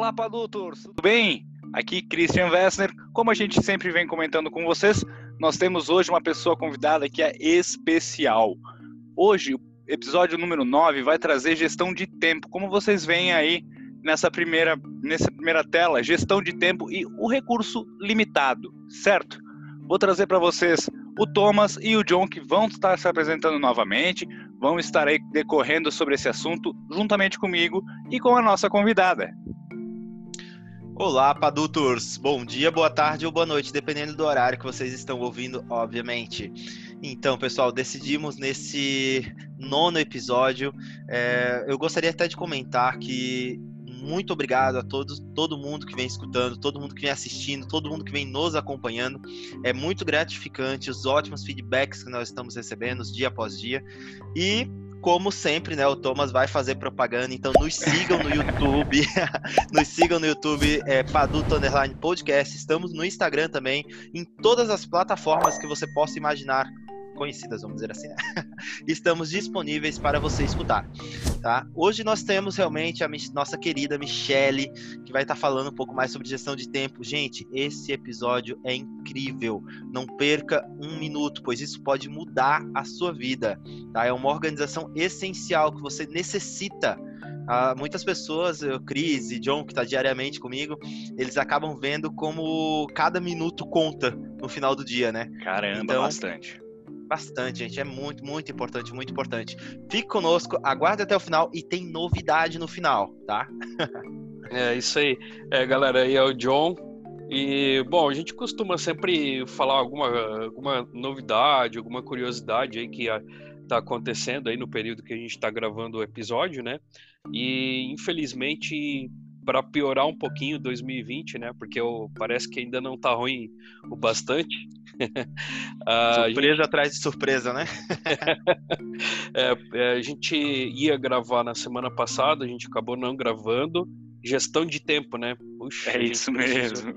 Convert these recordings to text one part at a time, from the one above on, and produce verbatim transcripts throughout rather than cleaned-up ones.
Olá, Padutors, tudo bem? Aqui Christian Wessner. Como a gente sempre vem comentando com vocês, nós temos hoje uma pessoa convidada que é especial. Hoje, o episódio número nove vai trazer gestão de tempo. Como vocês veem aí nessa primeira, nessa primeira tela, gestão de tempo e o recurso limitado, certo? Vou trazer para vocês o Thomas e o John, que vão estar se apresentando novamente, vão estar aí decorrendo sobre esse assunto juntamente comigo e com a nossa convidada. Olá, Padutors! Bom dia, boa tarde ou boa noite, dependendo do horário que vocês estão ouvindo, obviamente. Então, pessoal, decidimos nesse nono episódio, é, eu gostaria até de comentar que muito obrigado a todos, todo mundo que vem escutando, todo mundo que vem assistindo, todo mundo que vem nos acompanhando. É muito gratificante os ótimos feedbacks que nós estamos recebendo dia após dia. E, como sempre, né, o Thomas vai fazer propaganda, então nos sigam no YouTube, nos sigam no YouTube, é, Paduto Underline Podcast. Estamos no Instagram também, em todas as plataformas que você possa imaginar, conhecidas, vamos dizer assim, né? Estamos disponíveis para você escutar, tá? Hoje nós temos realmente a nossa querida Michele, que vai estar falando um pouco mais sobre gestão de tempo. Gente, esse episódio é incrível, não perca um minuto, pois isso pode mudar a sua vida, tá? É uma organização essencial que você necessita. Uh, muitas pessoas, eu, Cris e John, que está diariamente comigo, eles acabam vendo como cada minuto conta no final do dia, né? Caramba, então, bastante. Bastante, gente. É muito, muito importante, muito importante. Fique conosco, aguarde até o final e tem novidade no final, tá? É isso aí. É, galera, aí é o John. E, bom, a gente costuma sempre falar alguma, alguma novidade, alguma curiosidade aí que tá acontecendo aí no período que a gente tá gravando o episódio, né? E, infelizmente, para piorar um pouquinho dois mil e vinte, né? Porque eu, parece que ainda não tá ruim o bastante. a surpresa gente... atrás de surpresa, né? é, a gente ia gravar na semana passada, a gente acabou não gravando. Gestão de tempo, né? Puxa, é isso mesmo.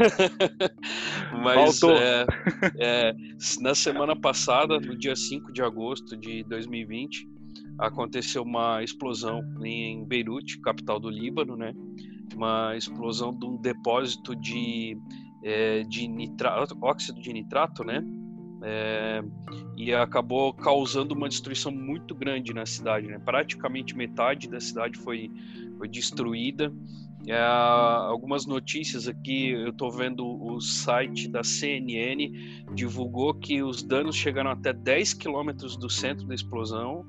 Mas é, é, na semana passada, no dia cinco de agosto de dois mil e vinte, aconteceu uma explosão em Beirute, capital do Líbano, né? Uma explosão de um depósito de É, de nitrato, óxido de nitrato, né? É, e acabou causando uma destruição muito grande na cidade, né? Praticamente metade da cidade foi, foi destruída. É, algumas notícias aqui, eu estou vendo o site da C N N, divulgou que os danos chegaram até dez quilômetros do centro da explosão,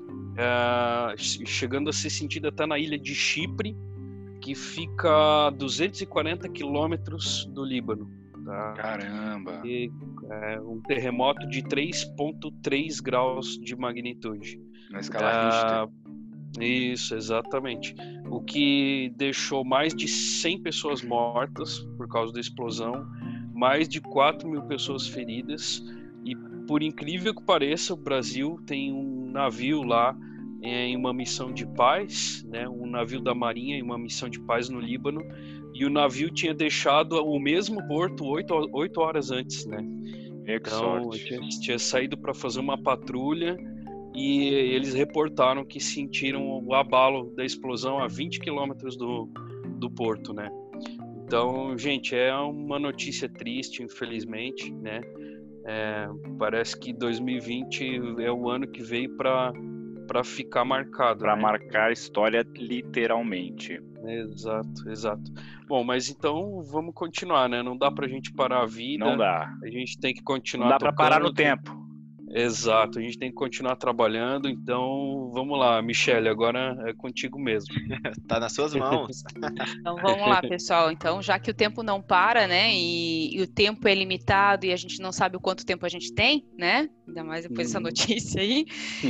é, chegando a ser sentido até na ilha de Chipre, que fica a duzentos e quarenta quilômetros do Líbano. Tá? Caramba! E, é, um terremoto de três vírgula três graus de magnitude. Na escala Richter. Isso, exatamente. O que deixou mais de cem pessoas mortas por causa da explosão, mais de quatro mil pessoas feridas, e por incrível que pareça, o Brasil tem um navio lá em uma missão de paz, né, um navio da Marinha em uma missão de paz no Líbano, e o navio tinha deixado o mesmo porto oito, oito horas antes, né? Então, tinha, tinha saído para fazer uma patrulha e eles reportaram que sentiram o abalo da explosão a vinte quilômetros do, do porto, né? Então, gente, é uma notícia triste, infelizmente, né? É, parece que dois mil e vinte é o ano que veio para para ficar marcado. Para né? marcar a história literalmente. Exato, exato. Bom, mas então vamos continuar, né? Não dá pra gente parar a vida. Não dá. A gente tem que continuar Não dá para parar no tocando. tempo. Exato, a gente tem que continuar trabalhando, então vamos lá, Michele, agora é contigo mesmo. Tá nas suas mãos. Então vamos lá, pessoal. Então, já que o tempo não para, né, e, e o tempo é limitado e a gente não sabe o quanto tempo a gente tem, né, ainda mais depois dessa notícia aí,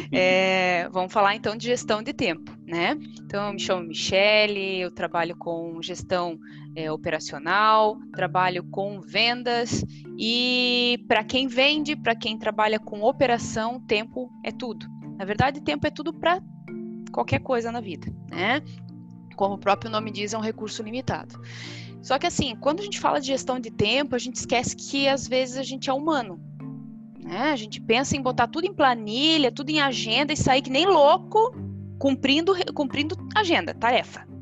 é, vamos falar então de gestão de tempo, né? Então, eu me chamo Michele, eu trabalho com gestão é, operacional, trabalho com vendas e para quem vende, para quem trabalha com operação, tempo é tudo. Na verdade, tempo é tudo para qualquer coisa na vida, né? Como o próprio nome diz, é um recurso limitado. Só que assim, quando a gente fala de gestão de tempo, a gente esquece que às vezes a gente é humano, né? A gente pensa em botar tudo em planilha, tudo em agenda e sair que nem louco, cumprindo, cumprindo agenda, tarefa,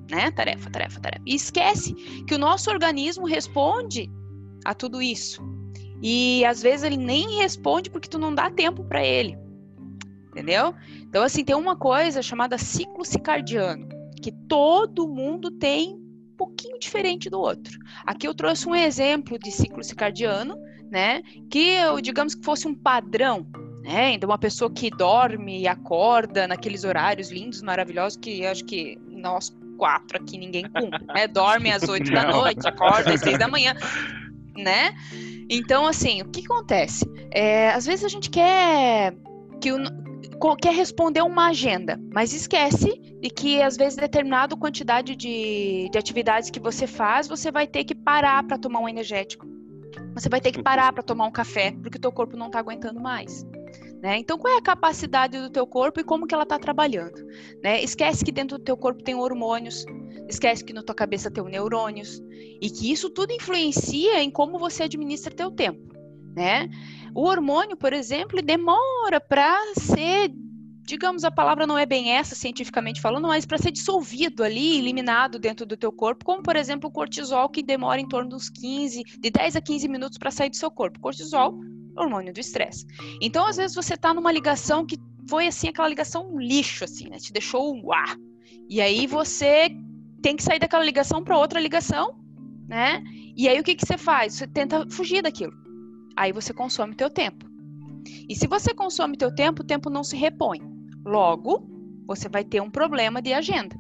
né? Tarefa, tarefa, tarefa. E esquece que o nosso organismo responde a tudo isso. E às vezes ele nem responde porque tu não dá tempo para ele. Entendeu? Então, assim, tem uma coisa chamada ciclo circadiano, que todo mundo tem um pouquinho diferente do outro. Aqui eu trouxe um exemplo de ciclo circadiano, né? Que eu, digamos que fosse um padrão, né? Então, uma pessoa que dorme e acorda naqueles horários lindos, maravilhosos, que eu acho que nós quatro aqui ninguém cumpre, né? Dorme às oito da noite, acorda às seis da manhã, né? Então, assim, o que acontece? É, às vezes a gente quer que o quer responder uma agenda, mas esquece de que às vezes determinada quantidade de, de atividades que você faz, você vai ter que parar para tomar um energético. Você vai ter que parar para tomar um café, porque o teu corpo não está aguentando mais. Né? Então, qual é a capacidade do teu corpo e como que ela está trabalhando? Né? Esquece que dentro do teu corpo tem hormônios, esquece que na tua cabeça tem neurônios, e que isso tudo influencia em como você administra teu tempo. Né? O hormônio, por exemplo, demora para ser, digamos, a palavra não é bem essa, cientificamente falando, mas para ser dissolvido ali, eliminado dentro do teu corpo, como, por exemplo, o cortisol, que demora em torno de uns quinze, de dez a quinze minutos para sair do seu corpo. Cortisol, hormônio do estresse. Então, às vezes, você está numa ligação que foi, assim, aquela ligação lixo, assim, né? Te deixou um uá. E aí você tem que sair daquela ligação para outra ligação, né? E aí, o que, que você faz? Você tenta fugir daquilo. Aí você consome teu tempo. E se você consome teu tempo, o tempo não se repõe. Logo, você vai ter um problema de agenda.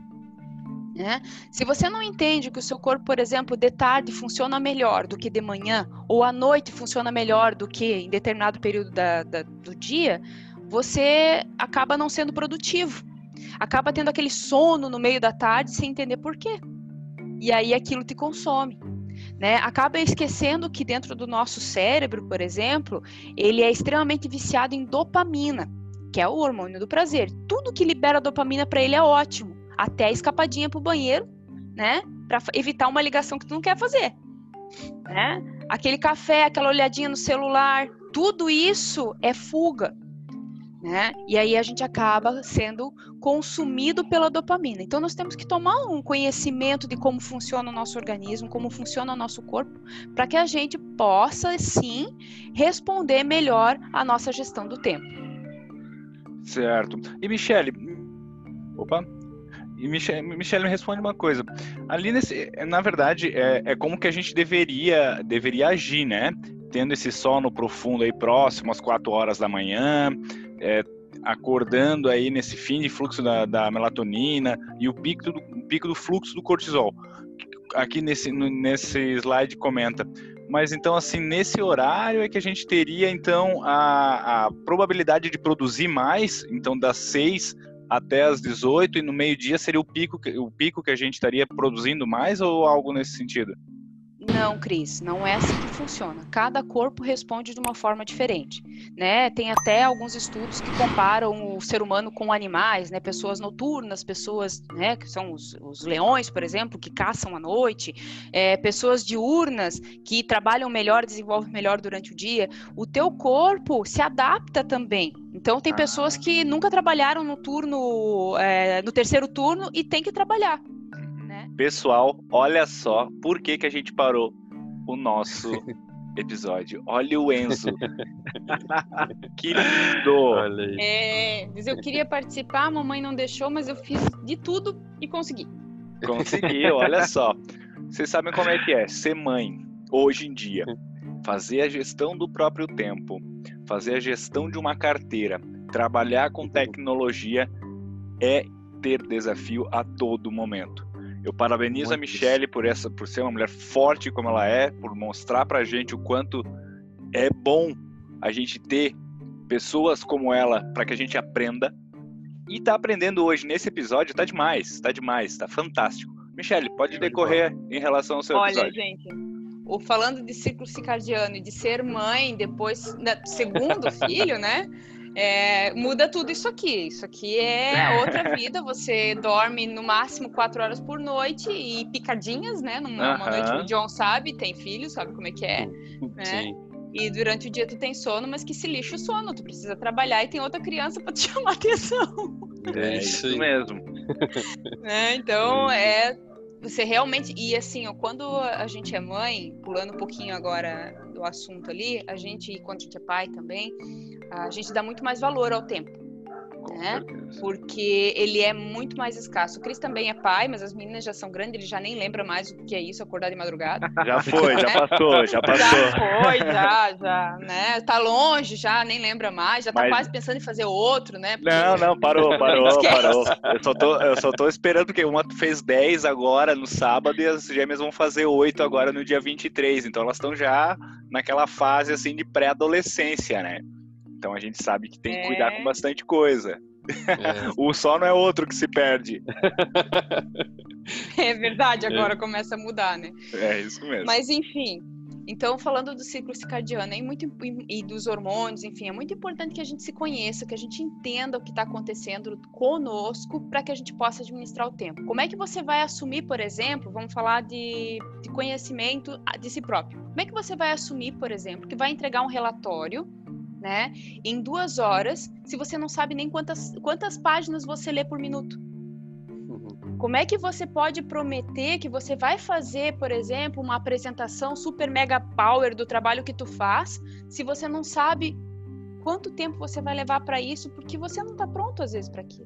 Né? Se você não entende que o seu corpo, por exemplo, de tarde funciona melhor do que de manhã, ou à noite funciona melhor do que em determinado período da, da, do dia, você acaba não sendo produtivo. Acaba tendo aquele sono no meio da tarde sem entender por quê. E aí aquilo te consome. Né? Acaba esquecendo que dentro do nosso cérebro, por exemplo, ele é extremamente viciado em dopamina, que é o hormônio do prazer. Tudo que libera dopamina para ele é ótimo, até a escapadinha para o banheiro, né? Para evitar uma ligação que tu não quer fazer. Né? Aquele café, aquela olhadinha no celular, tudo isso é fuga. Né? E aí a gente acaba sendo consumido pela dopamina. Então nós temos que tomar um conhecimento de como funciona o nosso organismo, como funciona o nosso corpo, para que a gente possa sim responder melhor à nossa gestão do tempo. Certo. E Michele, opa, e Michele, Michele me responde uma coisa. Ali nesse, na verdade, é, é como que a gente deveria, deveria agir, né? Tendo esse sono profundo aí próximo às quatro horas da manhã, é, acordando aí nesse fim de fluxo da, da melatonina e o pico do, o pico do fluxo do cortisol. Aqui nesse, nesse slide comenta. Mas então, assim, nesse horário é que a gente teria, então, a, a probabilidade de produzir mais, então, das seis até as dezoito, e no meio-dia seria o pico, o pico que a gente estaria produzindo mais, ou algo nesse sentido? Não, Cris, não é assim que funciona. Cada corpo responde de uma forma diferente, né? Tem até alguns estudos que comparam o ser humano com animais, né? Pessoas noturnas, pessoas, né, que são os, os leões, por exemplo, que caçam à noite, é, pessoas diurnas que trabalham melhor, desenvolvem melhor durante o dia. O teu corpo se adapta também. Então, tem pessoas que nunca trabalharam no turno, é, no terceiro turno e tem que trabalhar. Pessoal, olha só por que, que a gente parou o nosso episódio. Olha o Enzo. Que lindo! É, diz, eu queria participar, a mamãe não deixou, mas eu fiz de tudo e consegui. Conseguiu, olha só. Vocês sabem como é que é ser mãe, hoje em dia. Fazer a gestão do próprio tempo, fazer a gestão de uma carteira, trabalhar com tecnologia é ter desafio a todo momento. Eu parabenizo Muito a Michele por, essa, por ser uma mulher forte como ela é, por mostrar pra gente o quanto é bom a gente ter pessoas como ela para que a gente aprenda. E tá aprendendo hoje nesse episódio, tá demais, tá demais, tá fantástico. Michele, pode decorrer em relação ao seu Olha, episódio. Olha, gente, o, falando de ciclo circadiano e de ser mãe depois, né, segundo filho, né? É, muda tudo isso aqui. Isso aqui é outra vida. Você dorme no máximo quatro horas por noite e picadinhas, né? Numa uma noite, o John sabe, tem filho, sabe como é que é, né? Sim. E durante o dia tu tem sono, mas que se lixa o sono. Tu precisa trabalhar e tem outra criança para te chamar atenção. É isso mesmo. É, então, é, você realmente... E assim, ó, quando a gente é mãe, pulando um pouquinho agora do assunto ali, a gente, e quando a gente é pai também, a gente dá muito mais valor ao tempo, né? Porque ele é muito mais escasso. O Cris também é pai, mas as meninas já são grandes, ele já nem lembra mais o que é isso, acordar de madrugada. Já foi, né? já passou, já passou. Já foi, já, já, né? Tá longe, já nem lembra mais, já tá Mas... quase pensando em fazer outro, né? Porque... Não, não, parou, parou, parou. Eu só, tô, eu só tô esperando, porque uma fez dez agora no sábado e as gêmeas vão fazer oito agora no dia vinte e três. Então elas estão já naquela fase assim de pré-adolescência, né? Então a gente sabe que tem que cuidar é... com bastante coisa. É. O sol não é outro que se perde. É verdade, agora é. começa a mudar, né? É isso mesmo. Mas enfim, então falando do ciclo circadiano é muito, e dos hormônios, enfim, é muito importante que a gente se conheça, que a gente entenda o que está acontecendo conosco para que a gente possa administrar o tempo. Como é que você vai assumir, por exemplo, vamos falar de, de conhecimento de si próprio. Como é que você vai assumir, por exemplo, que vai entregar um relatório, né, em duas horas, se você não sabe nem quantas, quantas páginas você lê por minuto? Uhum. Como é que você pode prometer que você vai fazer, por exemplo, uma apresentação super mega power do trabalho que tu faz, se você não sabe quanto tempo você vai levar para isso, porque você não está pronto às vezes para aquilo,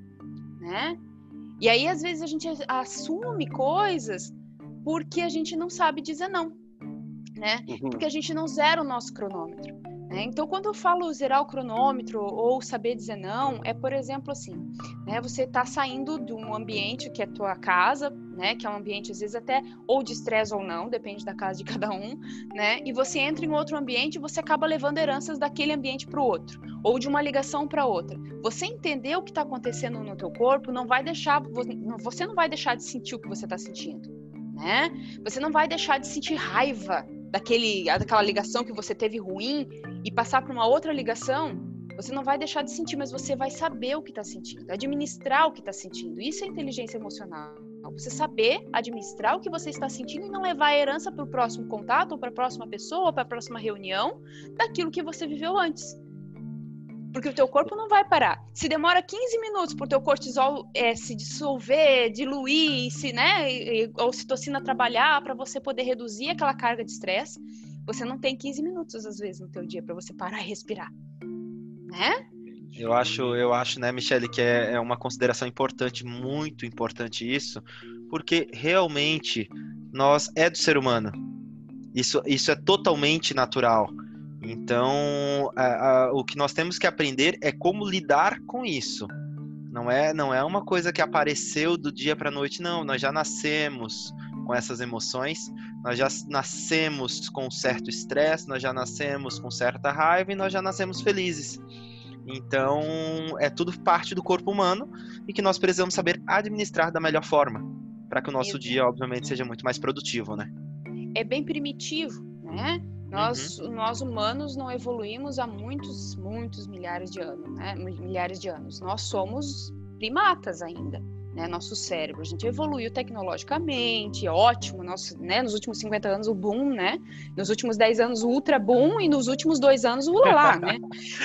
né? E aí às vezes a gente assume coisas porque a gente não sabe dizer não, né? Uhum. Porque a gente não zera o nosso cronômetro. Então, quando eu falo zerar o cronômetro ou saber dizer não, é, por exemplo, assim, né, você está saindo de um ambiente que é tua casa, né, que é um ambiente, às vezes, até ou de estresse ou não, depende da casa de cada um, né, e você entra em outro ambiente e você acaba levando heranças daquele ambiente para o outro, ou de uma ligação para outra. Você entender o que está acontecendo no teu corpo não vai deixar, você não vai deixar de sentir o que você está sentindo, né? Você não vai deixar de sentir raiva daquele, daquela ligação que você teve ruim e passar para uma outra ligação, você não vai deixar de sentir, mas você vai saber o que está sentindo, administrar o que está sentindo. Isso é inteligência emocional. Você saber administrar o que você está sentindo e não levar a herança para o próximo contato, ou para a próxima pessoa, ou para a próxima reunião, daquilo que você viveu antes. Porque o teu corpo não vai parar. Se demora quinze minutos para o teu cortisol é, se dissolver, diluir, se, né, e, ou citocina trabalhar para você poder reduzir aquela carga de estresse, você não tem quinze minutos, às vezes, no teu dia para você parar e respirar. Né? Eu acho, eu acho, né, Michele, que é, é uma consideração importante, muito importante isso, porque realmente nós é do ser humano. Isso, isso é totalmente natural. Então, a, a, o que nós temos que aprender é como lidar com isso. Não é, não é uma coisa que apareceu do dia para a noite, não. Nós já nascemos com essas emoções, nós já nascemos com certo estresse, nós já nascemos com certa raiva e nós já nascemos felizes. Então, é tudo parte do corpo humano e que nós precisamos saber administrar da melhor forma, para que o nosso Exato. Dia, obviamente, seja muito mais produtivo, né? É bem primitivo, né? Nós, uhum. nós humanos não evoluímos há muitos, muitos milhares de anos, né? Milhares de anos. Nós somos primatas ainda, né? Nosso cérebro, a gente evoluiu tecnologicamente, ótimo, nosso, né? Nos últimos cinquenta anos o boom, né? Nos últimos dez anos o ultra boom e nos últimos dois anos o ulalá, né?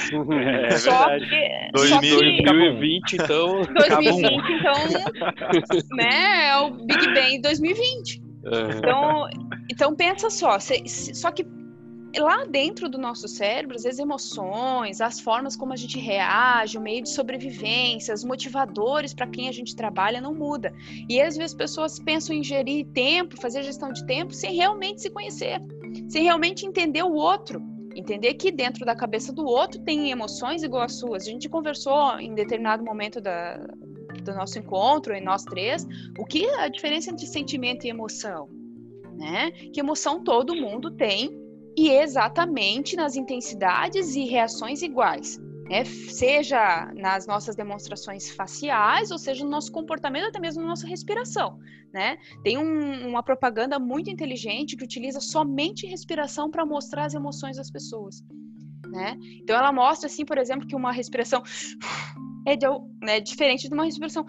É só verdade. Que, dois mil e vinte, que... então... dois mil e vinte, então, né? É o Big Bang de dois mil e vinte. Uhum. Então, então, pensa só, só que lá dentro do nosso cérebro, as emoções, as formas como a gente reage, o meio de sobrevivência, os motivadores para quem a gente trabalha não muda. E às vezes as pessoas pensam em gerir tempo, fazer gestão de tempo, sem realmente se conhecer, sem realmente entender o outro. Entender que dentro da cabeça do outro tem emoções igual às suas. A gente conversou em determinado momento da, do nosso encontro, em nós três, o que é a diferença entre sentimento e emoção, né? Que emoção todo mundo tem, e exatamente nas intensidades e reações iguais, né? Seja nas nossas demonstrações faciais, ou seja no nosso comportamento, até mesmo na nossa respiração, né? Tem um, uma propaganda muito inteligente que utiliza somente respiração para mostrar as emoções das pessoas, né? Então ela mostra, assim, por exemplo, que uma respiração é, de, né, diferente de uma respiração,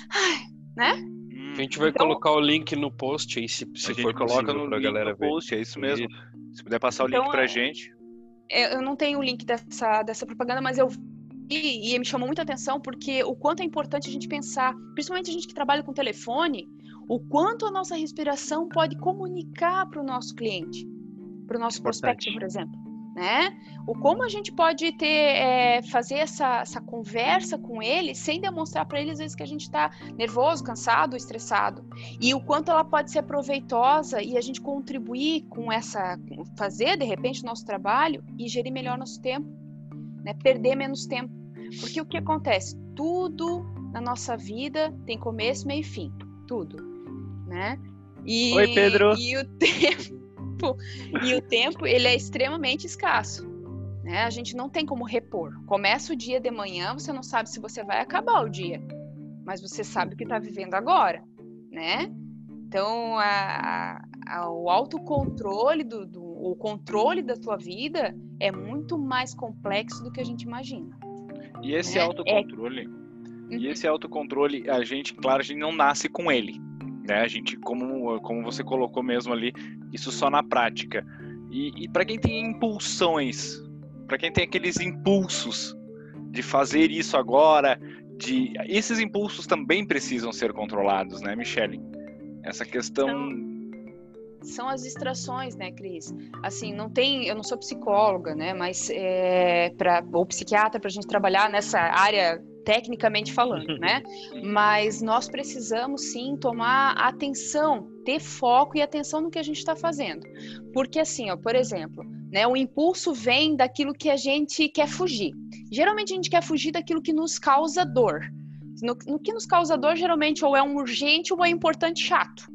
né? A gente vai então, colocar o link no post aí, se, se for coloca no pra galera no post, ver. É isso mesmo. Se puder passar o então, link pra gente. Eu não tenho o link dessa, dessa propaganda, mas eu vi e me chamou muita atenção porque o quanto é importante a gente pensar, principalmente a gente que trabalha com telefone, O quanto a nossa respiração pode comunicar para o nosso cliente, para o nosso prospecto, por exemplo, né? O como a gente pode ter, é, fazer essa, essa conversa com ele sem demonstrar para ele, às vezes, que a gente está nervoso, cansado, estressado. E o quanto ela pode ser proveitosa e a gente contribuir com essa, fazer, de repente, o nosso trabalho e gerir melhor nosso tempo, né? Perder menos tempo. Porque o que acontece? Tudo na nossa vida tem começo, meio e fim. Tudo, né? E, Oi, Pedro! E o tempo... E o tempo, ele é extremamente escasso, né? A gente não tem como repor. Começa o dia de manhã, você não sabe se você vai acabar o dia, mas você sabe o que está vivendo agora, né? Então, a, a, o autocontrole, do, do, o controle da tua vida é muito mais complexo do que a gente imagina. E esse né? autocontrole, é... e esse autocontrole, a gente, claro, a gente não nasce com ele. Né? A gente, como, como você colocou mesmo ali, isso só na prática. E, e para quem tem impulsões, para quem tem aqueles impulsos de fazer isso agora, de esses impulsos também precisam ser controlados, né, Michele? Essa questão... São, são as distrações, né, Cris? Assim, não tem... Eu não sou psicóloga, né, mas... É, pra, ou psiquiatra, para a gente trabalhar nessa área... tecnicamente falando, né? Mas nós precisamos sim tomar atenção, ter foco e atenção no que a gente está fazendo. Porque assim, ó, por exemplo, né, o impulso vem daquilo que a gente quer fugir. Geralmente a gente quer fugir daquilo que nos causa dor. No, no que nos causa dor, geralmente ou é um urgente ou é um importante chato,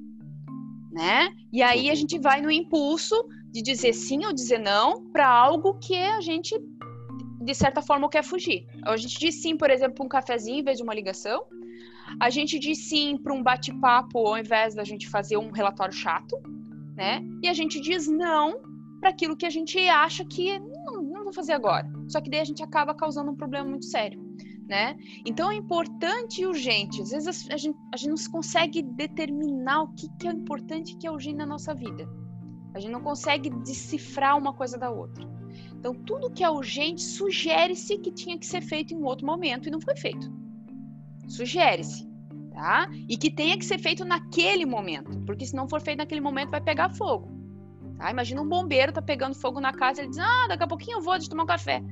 né? E aí a gente vai no impulso de dizer sim ou dizer não para algo que a gente... de certa forma, quer fugir. A gente diz sim, por exemplo, para um cafezinho em vez de uma ligação. A gente diz sim para um bate-papo ao invés da gente fazer um relatório chato, né? E a gente diz não para aquilo que a gente acha que não, não vou fazer agora. Só que daí a gente acaba causando um problema muito sério, né? Então é importante e urgente. Às vezes a gente, a gente não consegue determinar o que, que é importante e o que é urgente na nossa vida. A gente não consegue decifrar uma coisa da outra. Então, tudo que é urgente, sugere-se que tinha que ser feito em um outro momento e não foi feito. Sugere-se, tá? E que tenha que ser feito naquele momento, porque se não for feito naquele momento, vai pegar fogo. Tá? Imagina um bombeiro tá pegando fogo na casa e ele diz, ah, daqui a pouquinho eu vou, deixa eu tomar um café.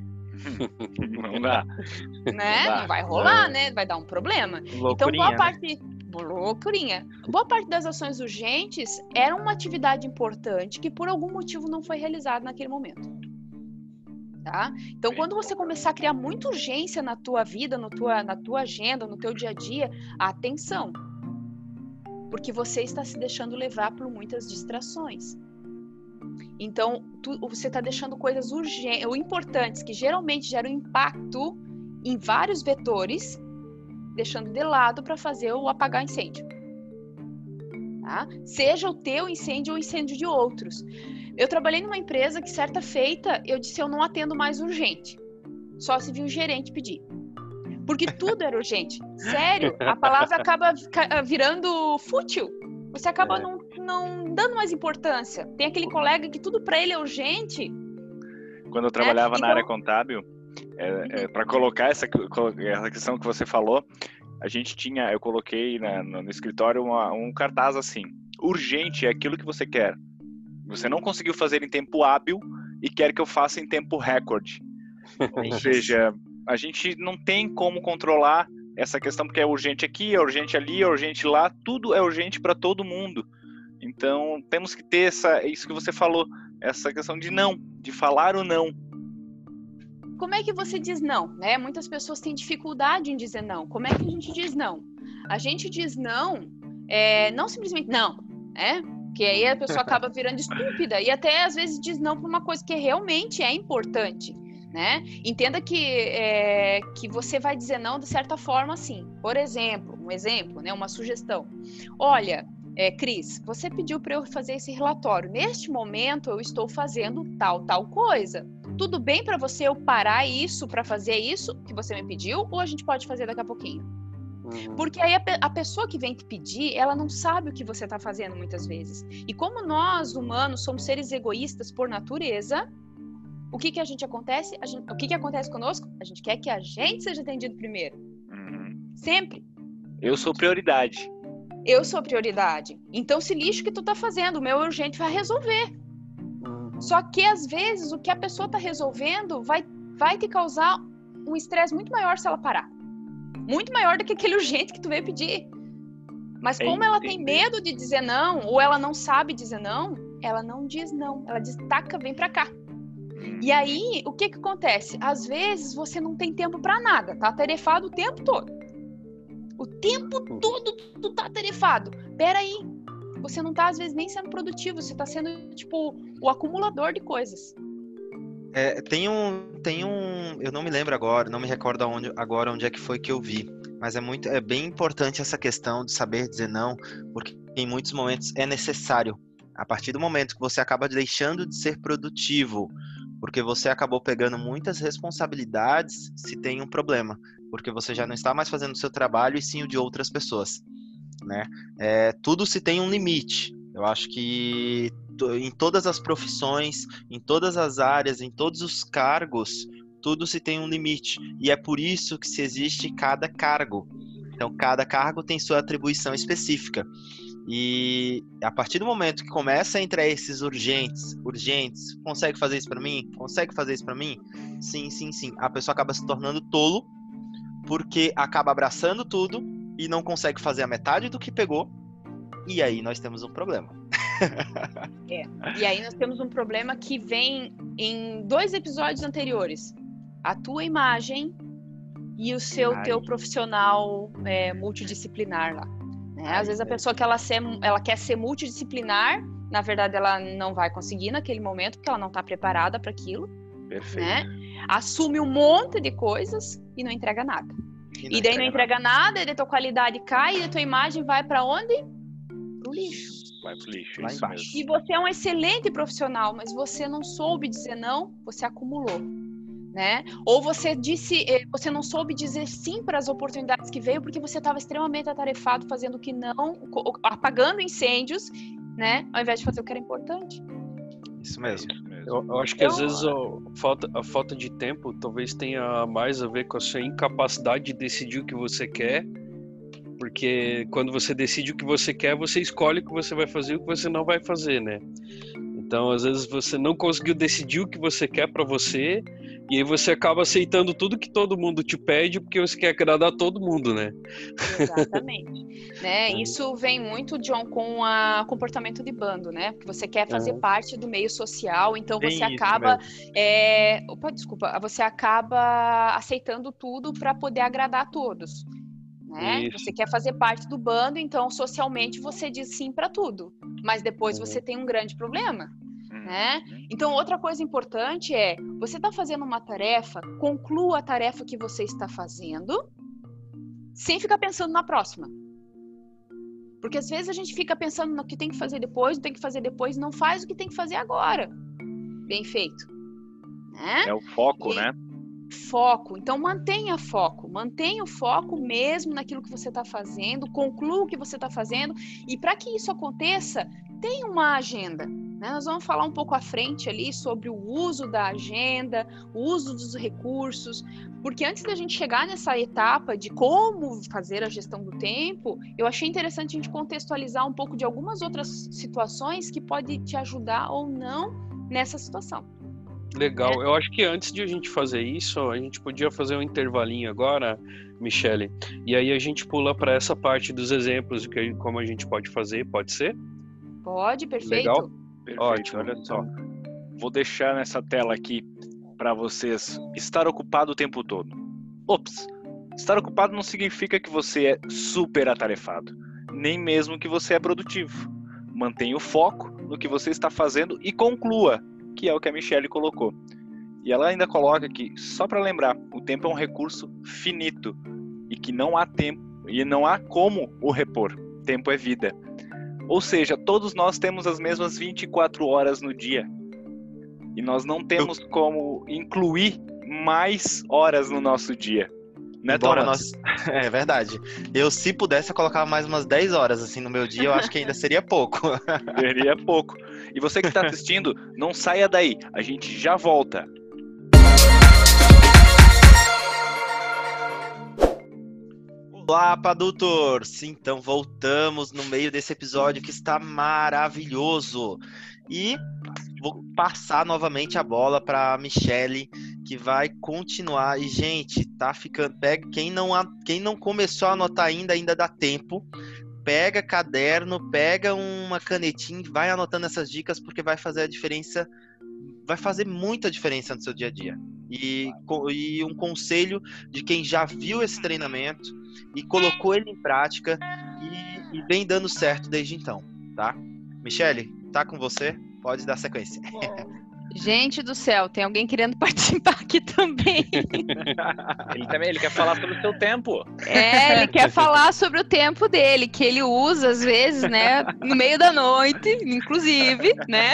Não dá. Né? Não, não vai rolar, né? Vai dar um problema. Loucurinha, então, boa né? parte... Loucurinha. Boa parte das ações urgentes era uma atividade importante que por algum motivo não foi realizada naquele momento. Tá? Então, quando você começar a criar muita urgência na tua vida, no tua, na tua agenda, no teu dia a dia, atenção, porque você está se deixando levar por muitas distrações. Então, tu, você está deixando coisas urgentes ou importantes, que geralmente geram impacto em vários vetores, deixando de lado para fazer o apagar incêndio. Tá? Seja o teu incêndio ou o incêndio de outros. Eu trabalhei numa empresa que, certa feita, eu disse, eu não atendo mais urgente. Só se vir o gerente pedir. Porque tudo era urgente. Sério, a palavra acaba virando fútil. Você acaba É. não, não dando mais importância. Tem aquele colega que tudo para ele é urgente. Quando eu trabalhava Então- na área contábil, é, é, para colocar essa, essa questão que você falou, a gente tinha, eu coloquei na, no, no escritório uma, um cartaz assim, urgente é aquilo que você quer. Você não conseguiu fazer em tempo hábil e quer que eu faça em tempo recorde. Ou seja, a gente não tem como controlar essa questão, porque é urgente aqui, é urgente ali, é urgente lá, tudo é urgente para todo mundo. Então, temos que ter essa, isso que você falou, essa questão de não, de falar o não. Como é que você diz não, né? Muitas pessoas têm dificuldade em dizer não. Como é que a gente diz não? A gente diz não, é, não simplesmente não, né? Porque aí a pessoa acaba virando estúpida e até às vezes diz não para uma coisa que realmente é importante, né? Entenda que, é, que você vai dizer não de certa forma assim. Por exemplo, um exemplo, né? Uma sugestão. Olha, é, Cris, você pediu para eu fazer esse relatório. Neste momento eu estou fazendo tal, tal coisa. Tudo bem para você eu parar isso para fazer isso que você me pediu ou a gente pode fazer daqui a pouquinho? Porque aí a, a pessoa que vem te pedir, ela não sabe o que você está fazendo muitas vezes. E como nós, humanos, somos seres egoístas por natureza, o que que a gente acontece? A gente, o que que acontece conosco? A gente quer que a gente seja atendido primeiro. Uhum. Sempre. Eu sou prioridade. Eu sou prioridade. Então, esse lixo que tu tá fazendo, o meu urgente vai resolver. Uhum. Só que, às vezes, o que a pessoa tá resolvendo vai, vai te causar um estresse muito maior se ela parar. Muito maior do que aquele urgente que tu veio pedir. Mas como ela tem medo de dizer não, ou ela não sabe dizer não, ela não diz não. Ela diz, taca, vem pra cá. E aí, o que que acontece? Às vezes, você não tem tempo pra nada. Tá atarefado o tempo todo. O tempo todo tu tá atarefado. Peraí. Você não tá, às vezes, nem sendo produtivo. Você tá sendo, tipo, o acumulador de coisas. É, tem um, tem um, eu não me lembro agora, não me recordo onde, agora onde é que foi que eu vi, mas é muito, é bem importante essa questão de saber dizer não, porque em muitos momentos é necessário. A partir do momento que você acaba deixando de ser produtivo, porque você acabou pegando muitas responsabilidades, se tem um problema, porque você já não está mais fazendo o seu trabalho e sim o de outras pessoas, né? É, tudo se tem um limite. Eu acho que em todas as profissões, em todas as áreas, em todos os cargos, tudo se tem um limite. E é por isso que se existe cada cargo. Então, cada cargo tem sua atribuição específica. E a partir do momento que começa a entrar esses urgentes, urgentes, consegue fazer isso para mim? Consegue fazer isso para mim? Sim, sim, sim. A pessoa acaba se tornando tolo, porque acaba abraçando tudo e não consegue fazer a metade do que pegou. E aí nós temos um problema. É. E aí nós temos um problema que vem em dois episódios anteriores. A tua imagem e o seu Ai. teu profissional é, multidisciplinar lá. Né? Às Ai, vezes a é. pessoa que ela, ser, ela quer ser multidisciplinar, na verdade ela não vai conseguir naquele momento, porque ela não está preparada para aquilo. Perfeito. Né? Assume um monte de coisas e não entrega nada. E, não e daí entrega não entrega nada, nada e daí tua qualidade cai e a tua imagem vai para onde? Pro lixo. Vai pro lixo, Lá isso embaixo. mesmo. E você é um excelente profissional, mas você não soube dizer não, você acumulou, né? Ou você disse, você não soube dizer sim para as oportunidades que veio porque você estava extremamente atarefado fazendo o que não, apagando incêndios, né? Ao invés de fazer o que era importante. Isso mesmo. Isso mesmo. Eu, eu acho que Então, às vezes a falta, a falta de tempo talvez tenha mais a ver com a sua incapacidade de decidir o que você quer. Porque quando você decide o que você quer, você escolhe o que você vai fazer e o que você não vai fazer, né? Então, às vezes, você não conseguiu decidir o que você quer pra você, e aí você acaba aceitando tudo que todo mundo te pede, porque você quer agradar todo mundo, né? Exatamente. Né? Isso vem muito, John, com o comportamento de bando, né? Porque você quer fazer Uhum. parte do meio social, então Bem você isso acaba... É... Opa, desculpa. Você acaba aceitando tudo para poder agradar a todos. Né? Isso. Você quer fazer parte do bando, então socialmente você diz sim para tudo, mas depois Uhum. você tem um grande problema, Hum. né? Então outra coisa importante é, você está fazendo uma tarefa, conclua a tarefa que você está fazendo, sem ficar pensando na próxima. Porque às vezes a gente fica pensando no que tem que fazer depois, não tem que fazer depois, não faz o que tem que fazer agora. Bem feito. Né? É o foco, E... né? Foco, então mantenha foco, mantenha o foco mesmo naquilo que você está fazendo, conclua o que você está fazendo, e para que isso aconteça, tenha uma agenda, né? Nós vamos falar um pouco à frente ali sobre o uso da agenda, o uso dos recursos, porque antes da gente chegar nessa etapa de como fazer a gestão do tempo, eu achei interessante a gente contextualizar um pouco de algumas outras situações que podem te ajudar ou não nessa situação. Legal, eu acho que antes de a gente fazer isso, a gente podia fazer um intervalinho agora, Michele, e aí a gente pula para essa parte dos exemplos de que, como a gente pode fazer, pode ser? Pode, perfeito. Legal? Perfeito, Ótimo. olha só. Vou deixar nessa tela aqui para vocês estar ocupado o tempo todo. Ops, estar ocupado não significa que você é super atarefado, nem mesmo que você é produtivo. Mantenha o foco no que você está fazendo e conclua, que é o que a Michele colocou. E ela ainda coloca que, só para lembrar, o tempo é um recurso finito e que não há tempo e não há como o repor. Tempo é vida. Ou seja, todos nós temos as mesmas vinte e quatro horas no dia. E nós não temos como incluir mais horas no nosso dia. Né, Embora Thomas? nós... É verdade. Eu, se pudesse, eu colocava mais umas dez horas assim no meu dia, eu acho que ainda seria pouco. Seria pouco. E você que está assistindo, não saia daí. A gente já volta. Olá, Padutors! Então voltamos no meio desse episódio que está maravilhoso. E vou passar novamente a bola para a Michele, que vai continuar. E, gente, tá ficando... Pega, quem, não, quem não começou a anotar ainda, ainda dá tempo. Pega caderno, pega uma canetinha e vai anotando essas dicas, porque vai fazer a diferença, vai fazer muita diferença no seu dia a dia. E, e um conselho de quem já viu esse treinamento e colocou ele em prática e, e vem dando certo desde então, tá? Michele, tá com você? Pode dar sequência. Gente do céu, tem alguém querendo participar aqui também. Ele também, ele quer falar sobre o seu tempo. É, ele quer falar sobre o tempo dele, que ele usa às vezes, né, no meio da noite, inclusive, né?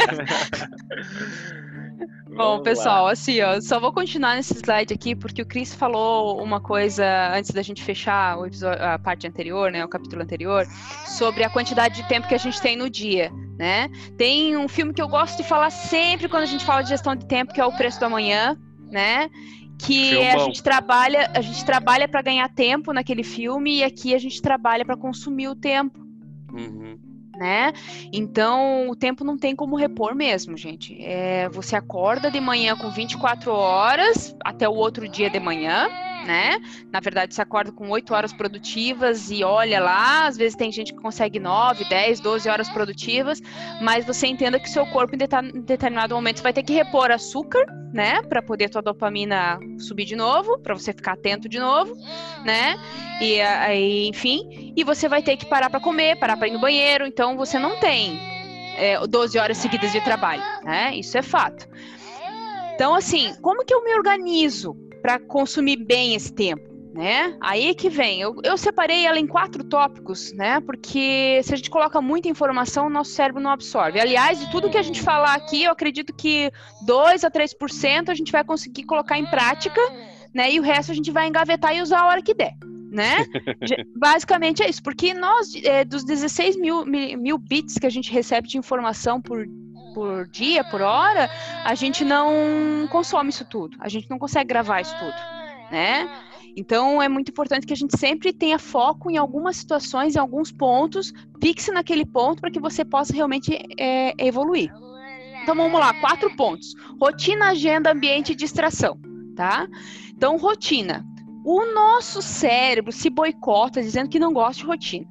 Bom, pessoal, assim, ó, só vou continuar nesse slide aqui, porque o Chris falou uma coisa antes da gente fechar o episódio, a parte anterior, né, o capítulo anterior, sobre a quantidade de tempo que a gente tem no dia, né? Tem um filme que eu gosto de falar sempre quando a gente fala de gestão de tempo, que é O Preço do Amanhã, né? Que Filmão. a gente trabalha, a gente trabalha para ganhar tempo naquele filme e aqui a gente trabalha para consumir o tempo. Uhum. Né? Então, o tempo não tem como repor mesmo, gente. É, você acorda de manhã com vinte e quatro horas até o outro dia de manhã, né? Na verdade, você acorda com oito horas produtivas e olha lá, às vezes tem gente que consegue nove, dez, doze horas produtivas, mas você entenda que seu corpo em determinado momento vai ter que repor açúcar, né? Para poder tua dopamina subir de novo, para você ficar atento de novo, né? E aí, enfim, e você vai ter que parar para comer, parar para ir no banheiro, então você não tem é, doze horas seguidas de trabalho, né? Isso é fato. Então, assim, como que eu me organizo para consumir bem esse tempo, né? Aí que vem, eu, eu separei ela em quatro tópicos, né? Porque se a gente coloca muita informação, o nosso cérebro não absorve. Aliás, de tudo que a gente falar aqui, eu acredito que dois a três por cento a gente vai conseguir colocar em prática, né? E o resto a gente vai engavetar e usar a hora que der. Né? Basicamente é isso, porque nós, é, dos dezesseis mil, mil bits que a gente recebe de informação por, por dia, por hora, a gente não consome isso tudo, a gente não consegue gravar isso tudo, né? Então é muito importante que a gente sempre tenha foco em algumas situações, em alguns pontos, fixe naquele ponto para que você possa realmente é, evoluir. Então vamos lá, quatro pontos: rotina, agenda, ambiente e distração, tá? Então, rotina. O nosso cérebro se boicota dizendo que não gosta de rotina.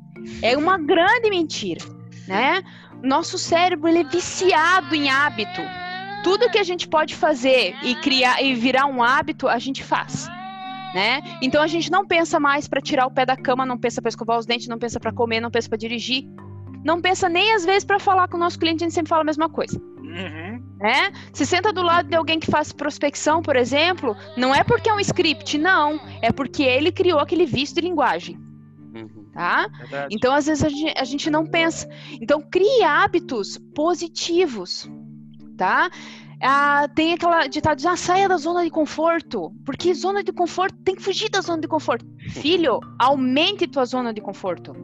É uma grande mentira, né? Nosso cérebro, ele é viciado em hábito. Tudo que a gente pode fazer e criar e virar um hábito, a gente faz, né? Então a gente não pensa mais para tirar o pé da cama, não pensa para escovar os dentes, não pensa para comer, não pensa para dirigir, não pensa nem às vezes para falar com o nosso cliente, a gente sempre fala a mesma coisa. Uhum. Né? Se senta do lado de alguém que faz prospecção, por exemplo, não é porque é um script, não. É porque ele criou aquele vício de linguagem. Uhum. Tá? Verdade. Então, às vezes, a gente, a gente não pensa. Então, crie hábitos positivos. Tá? Ah, tem aquela ditado de ah, saia da zona de conforto. Porque zona de conforto, tem que fugir da zona de conforto. Filho, aumente tua zona de conforto.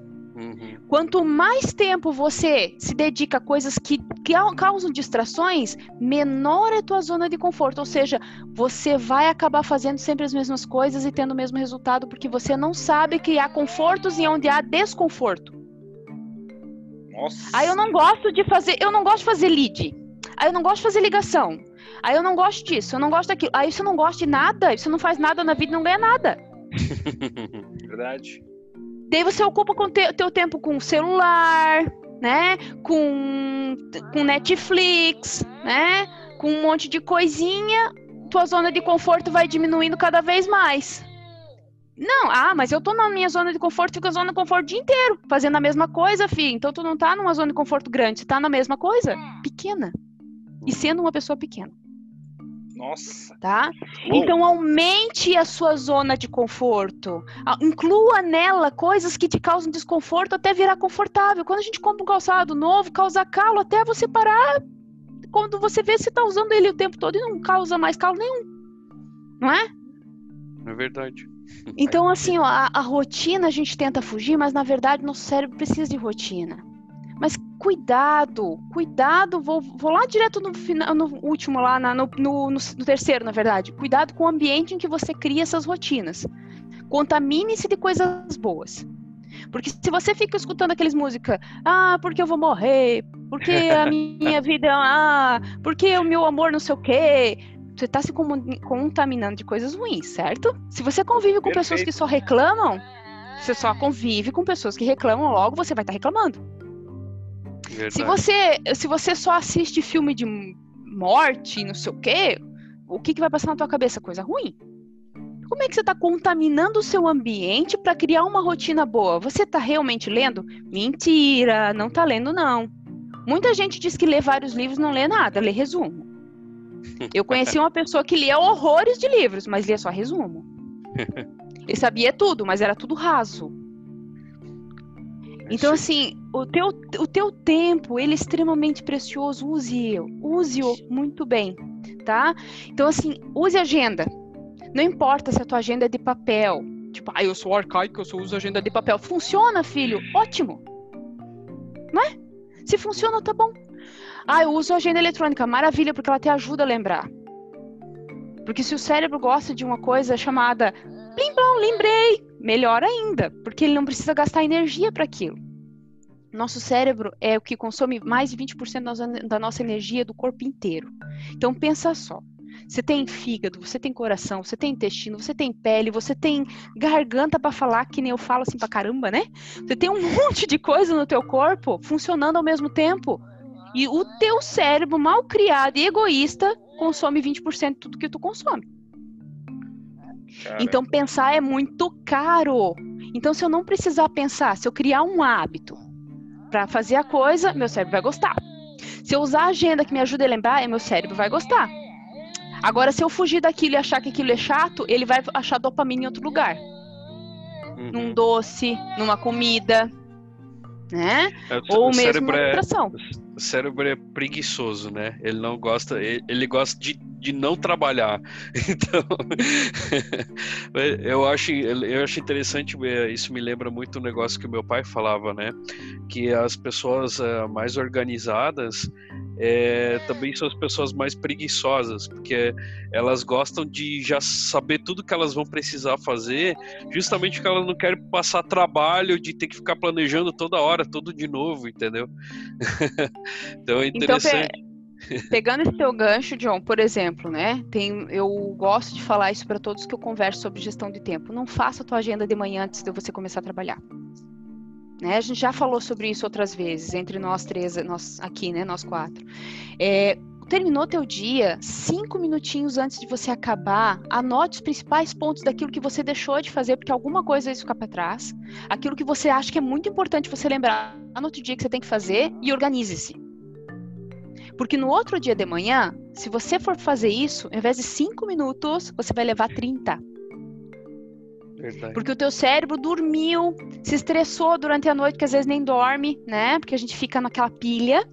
Uhum. Quanto mais tempo você se dedica a coisas que causam distrações, menor é a tua zona de conforto. Ou seja, você vai acabar fazendo sempre as mesmas coisas e tendo o mesmo resultado, porque você não sabe criar confortos em onde há desconforto. Nossa. Aí eu não gosto de fazer, eu não gosto de fazer lead. Aí eu não gosto de fazer ligação. Aí eu não gosto disso, eu não gosto daquilo. Aí você não gosta de nada, você não faz nada na vida e não ganha nada. Verdade. Daí você ocupa o te, teu tempo com celular, né? Com, com Netflix, né? Com um monte de coisinha. Tua zona de conforto vai diminuindo cada vez mais. Não, ah, mas eu tô na minha zona de conforto, fico na zona de conforto o dia inteiro, fazendo a mesma coisa, filho. Então tu não tá numa zona de conforto grande, você tá na mesma coisa, pequena. E sendo uma pessoa pequena. Nossa. Tá? Uou. Então aumente a sua zona de conforto. Inclua nela coisas que te causam desconforto até virar confortável. Quando a gente compra um calçado novo, causa calo até você parar. Quando você vê, você tá usando ele o tempo todo e não causa mais calo nenhum. Não é? É verdade. Então, assim, ó, a, a rotina a gente tenta fugir, mas na verdade nosso cérebro precisa de rotina. Mas cuidado, cuidado, vou, vou lá direto no final, no último lá, na, no, no, no terceiro, na verdade. Cuidado com o ambiente em que você cria essas rotinas. Contamine-se de coisas boas. Porque se você fica escutando aquelas músicas, ah, porque eu vou morrer, porque a minha vida, ah, porque o meu amor não sei o quê, você está se contaminando de coisas ruins, certo? Se você convive com Perfeito. pessoas que só reclamam, você só convive com pessoas que reclamam, logo você vai estar reclamando. Verdade. Se você, se você só assiste filme de morte, não sei o quê, o que, que vai passar na tua cabeça? Coisa ruim. Como é que você está contaminando o seu ambiente para criar uma rotina boa? Você está realmente lendo? Mentira, não está lendo não. Muita gente diz que lê vários livros, não lê nada, lê resumo. Eu conheci uma pessoa que lia horrores de livros, mas lia só resumo. Ele sabia tudo, mas era tudo raso. Então, assim, o teu, o teu tempo, ele é extremamente precioso, use-o, use-o muito bem, tá? Então, assim, use agenda. Não importa se a tua agenda é de papel. Tipo, ah, eu sou arcaico, eu só uso agenda de papel. Funciona, filho? Ótimo. Não é? Se funciona, tá bom. Ah, eu uso agenda eletrônica. Maravilha, porque ela te ajuda a lembrar. Porque se o cérebro gosta de uma coisa chamada plim, plom, lembrei, melhor ainda. Porque ele não precisa gastar energia para aquilo. Nosso cérebro é o que consome mais de vinte por cento da nossa energia do corpo inteiro. Então, pensa só. Você tem fígado, você tem coração, você tem intestino, você tem pele, você tem garganta para falar, que nem eu falo assim pra caramba, né? Você tem um monte de coisa no teu corpo funcionando ao mesmo tempo. E o teu cérebro mal criado e egoísta consome vinte por cento de tudo que tu consome. Cara. Então pensar é muito caro. Então se eu não precisar pensar, se eu criar um hábito para fazer a coisa, meu cérebro vai gostar. Se eu usar a agenda que me ajuda a lembrar, meu cérebro vai gostar. Agora, se eu fugir daquilo e achar que aquilo é chato, ele vai achar dopamina em outro lugar. Uhum. Num doce, numa comida, né? É, Ou o mesmo numa é, distração. O cérebro é preguiçoso, né? Ele não gosta, ele, ele gosta de, de não trabalhar. Então, eu acho, eu acho interessante, isso me lembra muito um negócio que o meu pai falava, né? Que as pessoas uh, mais organizadas É, também são as pessoas mais preguiçosas, porque elas gostam de já saber tudo que elas vão precisar fazer, justamente porque elas não querem passar trabalho de ter que ficar planejando toda hora, tudo de novo, entendeu? Então é interessante. Então, pe- pegando esse teu gancho, John, por exemplo, né? Tem, eu gosto de falar isso para todos que eu converso sobre gestão de tempo. Não faça a tua agenda de manhã antes de você começar a trabalhar. Né? A gente já falou sobre isso outras vezes, entre nós três, nós aqui, né, nós quatro. É, terminou teu dia, cinco minutinhos antes de você acabar, anote os principais pontos daquilo que você deixou de fazer, porque alguma coisa vai ficar para trás, aquilo que você acha que é muito importante você lembrar no outro dia que você tem que fazer, e organize-se. Porque no outro dia de manhã, se você for fazer isso, ao invés de cinco minutos, você vai levar trinta. Verdade. Porque o teu cérebro dormiu, se estressou durante a noite, que às vezes nem dorme, né? Porque a gente fica naquela pilha,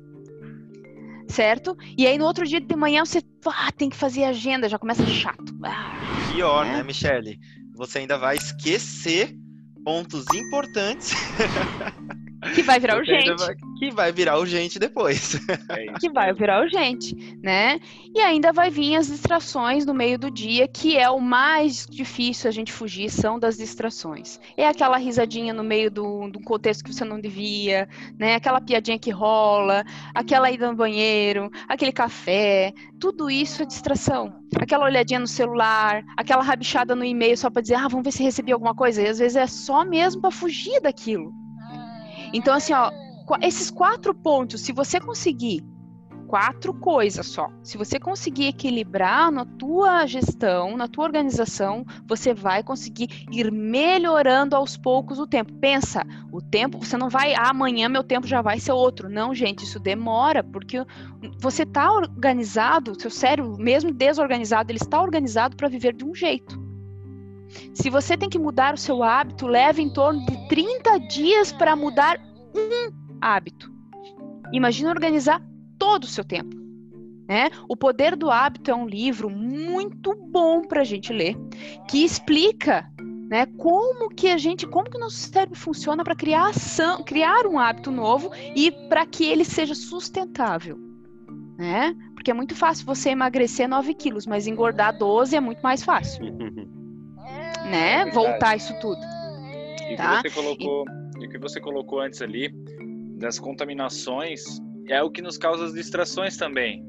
certo? E aí no outro dia de manhã você ah, tem que fazer agenda, já começa chato. Ah, Pior, né, né Michele? Você ainda vai esquecer pontos importantes. Que vai virar urgente. Vai, que vai virar urgente depois. É que vai virar urgente, né? E ainda vai vir as distrações no meio do dia, que é o mais difícil a gente fugir, são das distrações. É aquela risadinha no meio do, do contexto que você não devia, né? Aquela piadinha que rola, aquela ida no banheiro, aquele café, tudo isso é distração. Aquela olhadinha no celular, aquela rabichada no e-mail só para dizer, ah, vamos ver se recebi alguma coisa. E às vezes é só mesmo para fugir daquilo. Então, assim, ó, esses quatro pontos, se você conseguir, quatro coisas só, se você conseguir equilibrar na tua gestão, na tua organização, você vai conseguir ir melhorando aos poucos o tempo. Pensa, o tempo, você não vai, ah, amanhã meu tempo já vai ser outro. Não, gente, isso demora, porque você está organizado, seu cérebro, mesmo desorganizado, ele está organizado para viver de um jeito. Se você tem que mudar o seu hábito, leva em torno de trinta dias para mudar um hábito. Imagina organizar todo o seu tempo, né? O Poder do Hábito é um livro muito bom para a gente ler, que explica, né? Como que a gente, como que o nosso cérebro funciona para criar ação, criar um hábito novo e para que ele seja sustentável, né? Porque é muito fácil você emagrecer nove quilos, mas engordar doze é muito mais fácil, né? É Voltar isso tudo. E o Tá? que você colocou, e o que você colocou antes ali, das contaminações, é o que nos causa as distrações também.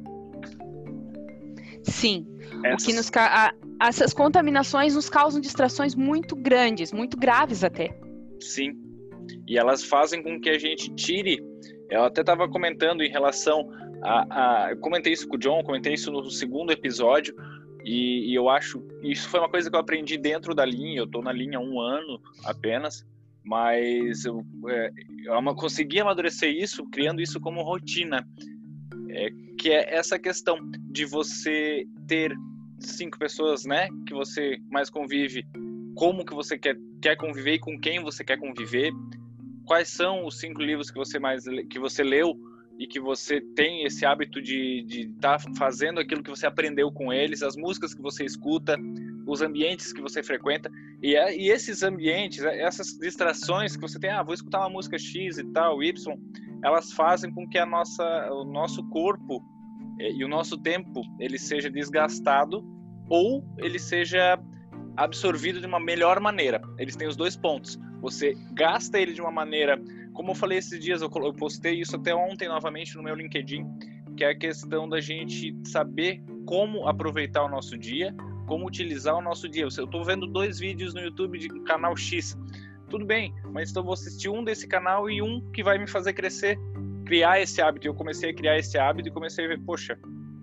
Sim. Essas... O que nos ca... a, essas contaminações nos causam distrações muito grandes, muito graves até. Sim. E elas fazem com que a gente tire. Eu até estava comentando em relação a, a. Eu comentei isso com o John, comentei isso no segundo episódio. E, e eu acho. Isso foi uma coisa que eu aprendi dentro da linha. Eu estou na linha há um ano apenas. Mas eu, é, eu consegui amadurecer isso, criando isso como rotina. É, que é essa questão de você ter cinco pessoas, né, que você mais convive, como que você quer, quer conviver e com quem você quer conviver, quais são os cinco livros que você mais que você leu e que você tem esse hábito de estar tá fazendo aquilo que você aprendeu com eles, as músicas que você escuta, os ambientes que você frequenta, e, é, e esses ambientes, essas distrações que você tem, ah, vou escutar uma música X e tal, Y, elas fazem com que a nossa, o nosso corpo e o nosso tempo ele seja desgastado ou ele seja absorvido de uma melhor maneira. Eles têm os dois pontos. Você gasta ele de uma maneira, como eu falei esses dias, eu postei isso até ontem novamente no meu LinkedIn, que é a questão da gente saber como aproveitar o nosso dia, como utilizar o nosso dia. Eu estou vendo dois vídeos no YouTube de canal X. Tudo bem, mas então eu vou assistir um desse canal e um que vai me fazer crescer, criar esse hábito. Eu comecei a criar esse hábito e comecei a ver, poxa,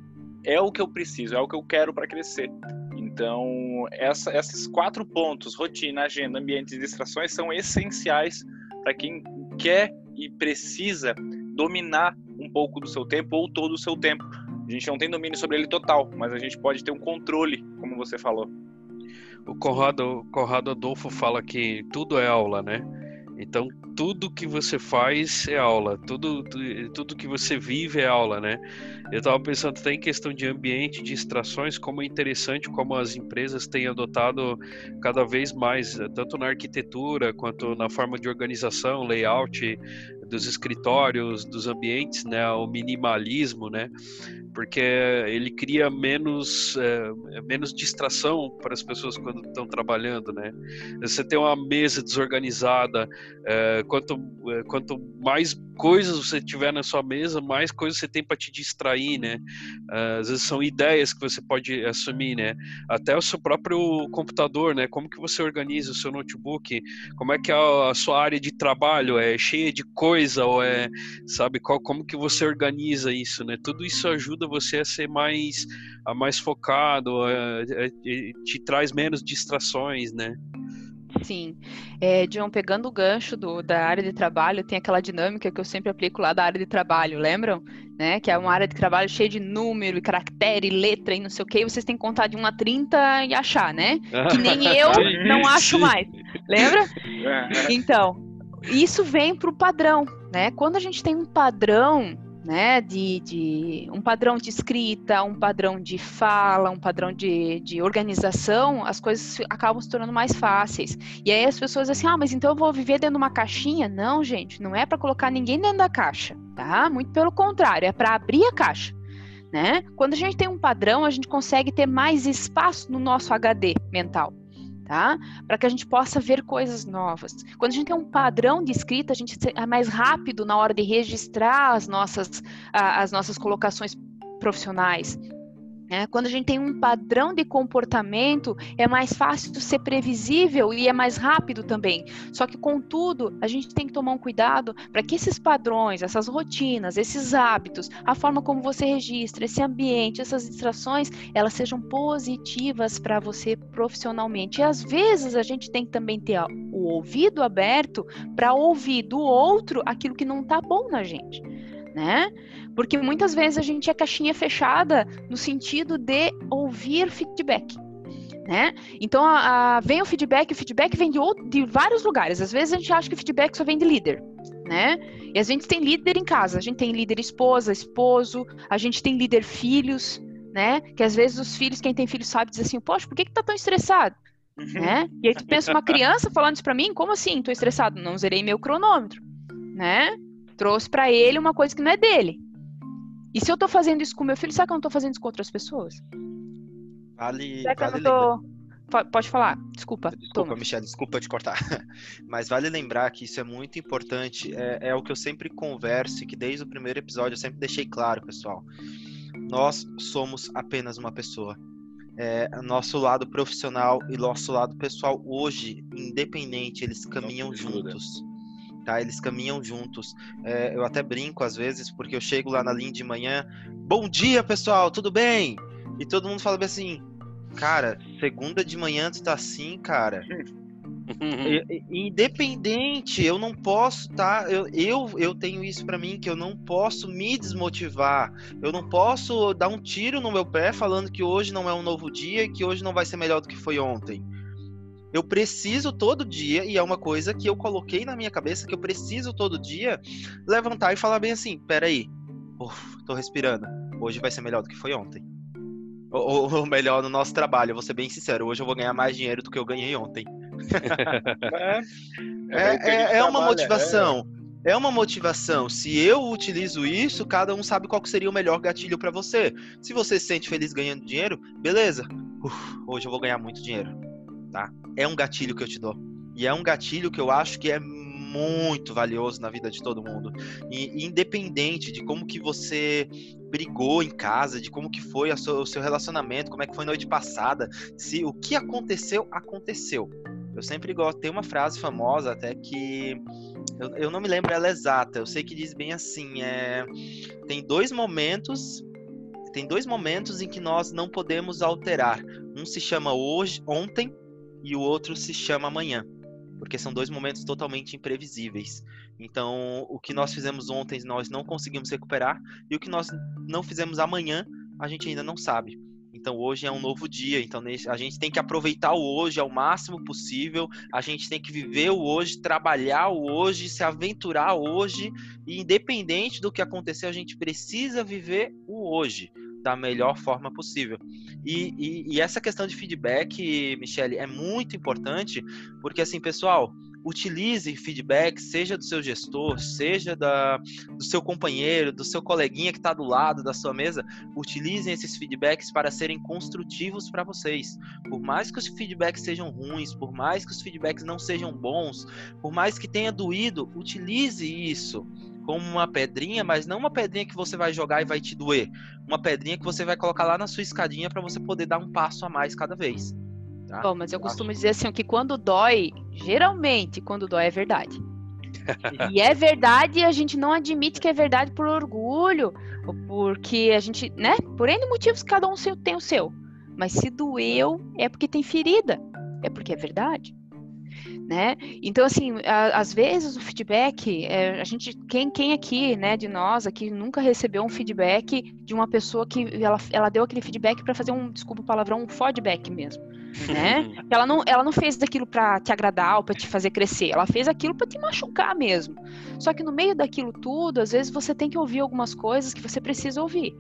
é o que eu preciso, é o que eu quero para crescer. Então, essa, esses quatro pontos, rotina, agenda, ambiente e distrações, são essenciais para quem quer e precisa dominar um pouco do seu tempo ou todo o seu tempo. A gente não tem domínio sobre ele total, mas a gente pode ter um controle, como você falou. O Conrado, Conrado Adolfo fala que tudo é aula, né? Então, tudo que você faz é aula, tudo, tudo que você vive é aula, né? Eu estava pensando até em questão de ambiente, de distrações, como é interessante como as empresas têm adotado cada vez mais, tanto na arquitetura, quanto na forma de organização, layout dos escritórios, dos ambientes, né? O minimalismo, né? Porque ele cria menos, é, menos distração para as pessoas quando estão trabalhando, né? Você tem uma mesa desorganizada, é, quanto, é, quanto mais coisas você tiver na sua mesa, mais coisas você tem para te distrair, né? Às vezes são ideias que você pode assumir, né? Até o seu próprio computador, né? Como que você organiza o seu notebook? Como é que a, a sua área de trabalho é cheia de coisa ou é, sabe, qual, como que você organiza isso, né? Tudo isso ajuda você a ser mais, a mais focado, a, a, a, te traz menos distrações, né? Sim. É, John, pegando o gancho do, da área de trabalho, tem aquela dinâmica que eu sempre aplico lá da área de trabalho, lembram? Né? Que é uma área de trabalho cheia de número, e caractere, letra e não sei o que, e vocês têm que contar de um a trinta e achar, né? Que nem eu não acho mais. Lembra? Então, isso vem para o padrão, né? Quando a gente tem um padrão, né, de, de um padrão de escrita, um padrão de fala, um padrão de, de organização, as coisas acabam se tornando mais fáceis. E aí as pessoas dizem assim, ah, mas então eu vou viver dentro de uma caixinha? Não, gente, não é para colocar ninguém dentro da caixa, tá? Muito pelo contrário, é para abrir a caixa, né? Quando a gente tem um padrão, a gente consegue ter mais espaço no nosso H D mental, tá? Para que a gente possa ver coisas novas. Quando a gente tem um padrão de escrita, a gente é mais rápido na hora de registrar as nossas, as nossas colocações profissionais. É, quando a gente tem um padrão de comportamento, é mais fácil de ser previsível e é mais rápido também. Só que, contudo, a gente tem que tomar um cuidado para que esses padrões, essas rotinas, esses hábitos, a forma como você registra, esse ambiente, essas distrações, elas sejam positivas para você profissionalmente. E, às vezes, a gente tem que também ter o ouvido aberto para ouvir do outro aquilo que não está bom na gente, né? Porque muitas vezes a gente é caixinha fechada no sentido de ouvir feedback, né? Então, a, a, vem o feedback, o feedback vem de, outro, de vários lugares. Às vezes a gente acha que o feedback só vem de líder, né? E a gente tem líder em casa, a gente tem líder esposa, esposo, a gente tem líder filhos, né? Que às vezes os filhos, quem tem filhos sabe, diz assim, poxa, por que que tá tão estressado? né? E aí tu pensa uma criança falando isso pra mim, como assim? Tô estressado, não zerei meu cronômetro, né? Trouxe pra ele uma coisa que não é dele. E se eu tô fazendo isso com meu filho, será que eu não tô fazendo isso com outras pessoas? Vale, será que vale eu não tô... Pode falar, desculpa. Desculpa, Thomas. Michelle, desculpa te cortar. Mas vale lembrar que isso é muito importante. É, é o que eu sempre converso e que desde o primeiro episódio eu sempre deixei claro, pessoal. Nós somos apenas uma pessoa. É, nosso lado profissional e nosso lado pessoal hoje, independente, eles caminham juntos. Tá? Eles caminham juntos. É, eu até brinco às vezes, porque eu chego lá na linha de manhã, bom dia, pessoal, tudo bem? E todo mundo fala bem assim, cara, segunda de manhã tu tá assim, cara. Independente, eu não posso, tá? Eu, eu, eu tenho isso pra mim, que eu não posso me desmotivar. Eu não posso dar um tiro no meu pé falando que hoje não é um novo dia e que hoje não vai ser melhor do que foi ontem. Eu preciso todo dia, e é uma coisa que eu coloquei na minha cabeça, que eu preciso todo dia levantar e falar bem assim, peraí, uf, tô respirando, hoje vai ser melhor do que foi ontem. Ou, ou melhor, no nosso trabalho, eu vou ser bem sincero, hoje eu vou ganhar mais dinheiro do que eu ganhei ontem. É, é, é, é uma motivação. É. é uma motivação. Se eu utilizo isso, cada um sabe qual seria o melhor gatilho para você. Se você se sente feliz ganhando dinheiro, beleza. Uf, hoje eu vou ganhar muito dinheiro. Tá? É um gatilho que eu te dou. E é um gatilho que eu acho que é muito valioso na vida de todo mundo. E independente de como que você brigou em casa, de como que foi a sua, o seu relacionamento, como é que foi noite passada, se o que aconteceu, aconteceu. Eu sempre gosto, tem uma frase famosa até que eu, eu não me lembro ela exata, eu sei que diz bem assim, é, tem dois momentos tem dois momentos em que nós não podemos alterar. Um se chama hoje, ontem, e o outro se chama amanhã. Porque são dois momentos totalmente imprevisíveis. Então, o que nós fizemos ontem, nós não conseguimos recuperar, e o que nós não fizemos amanhã, a gente ainda não sabe. Então, hoje é um novo dia, então a gente tem que aproveitar o hoje ao máximo possível, a gente tem que viver o hoje, trabalhar o hoje, se aventurar hoje, e independente do que acontecer, a gente precisa viver o hoje da melhor forma possível. E, e, e essa questão de feedback, Michelle, é muito importante, porque assim, pessoal, utilize feedback, seja do seu gestor, seja da, do seu companheiro, do seu coleguinha que está do lado da sua mesa, utilizem esses feedbacks para serem construtivos para vocês. Por mais que os feedbacks sejam ruins, por mais que os feedbacks não sejam bons, por mais que tenha doído, utilize isso como uma pedrinha, mas não uma pedrinha que você vai jogar e vai te doer. Uma pedrinha que você vai colocar lá na sua escadinha para você poder dar um passo a mais cada vez. Tá? Bom, mas eu costumo dizer assim, que quando dói, geralmente quando dói é verdade. E é verdade e a gente não admite que é verdade por orgulho, ou porque a gente, né? Por N motivos, cada um tem o seu. Mas se doeu, é porque tem ferida. É porque é verdade. Né? Então, assim, a, às vezes o feedback, é, a gente, quem, quem aqui, né, de nós aqui, nunca recebeu um feedback de uma pessoa que ela, ela deu aquele feedback para fazer um, desculpa o palavrão, um feedback mesmo, né? Ela não, ela não fez daquilo para te agradar ou para te fazer crescer, ela fez aquilo para te machucar mesmo. Só que no meio daquilo tudo, às vezes você tem que ouvir algumas coisas que você precisa ouvir.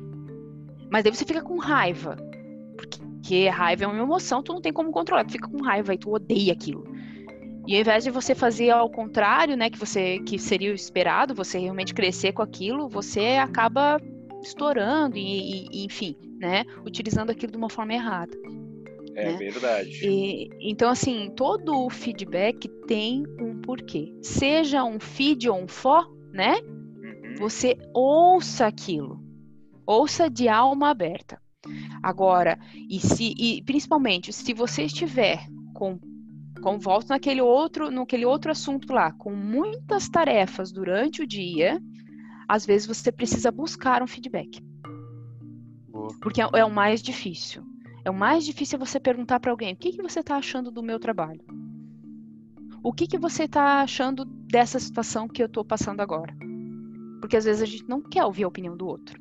Mas daí você fica com raiva, porque raiva é uma emoção, tu não tem como controlar, tu fica com raiva e tu odeia aquilo. E ao invés de você fazer ao contrário, né, que você que seria o esperado, você realmente crescer com aquilo, você acaba estourando e, e enfim, né, utilizando aquilo de uma forma errada. É né? verdade. E, então, assim, todo o feedback tem um porquê. Seja um feed ou um for, né? Uhum. Você ouça aquilo. Ouça de alma aberta. Agora, e, se, e principalmente, se você estiver com Com, volto naquele outro, naquele outro assunto lá, com muitas tarefas durante o dia, às vezes você precisa buscar um feedback. Boa. Porque é, é o mais difícil. É o mais difícil você perguntar para alguém, o que, que você está achando do meu trabalho? O que, que você está achando dessa situação que eu estou passando agora? Porque às vezes a gente não quer ouvir a opinião do outro.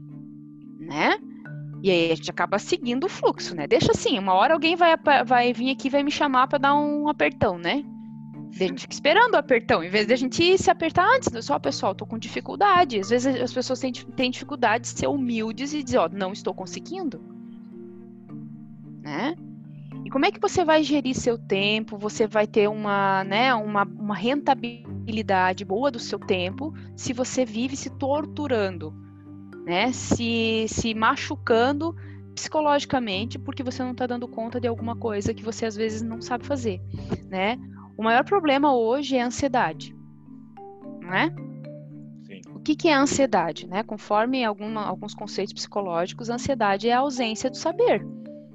Né? E aí a gente acaba seguindo o fluxo, né? Deixa assim, uma hora alguém vai, vai vir aqui e vai me chamar para dar um apertão, né? Daí a gente fica esperando o apertão, em vez de a gente se apertar antes. Só, pessoal, tô com dificuldade. Às vezes as pessoas têm, têm dificuldade de ser humildes e dizer, ó, não estou conseguindo. Né? E como é que você vai gerir seu tempo? Você vai ter uma, né, uma, uma rentabilidade boa do seu tempo se você vive se torturando, né? Se, se machucando psicologicamente porque você não está dando conta de alguma coisa que você às vezes não sabe fazer, né? O maior problema hoje é a ansiedade, não é? Sim. O que, que é a ansiedade, né? Conforme alguma, alguns conceitos psicológicos, a ansiedade é a ausência do saber.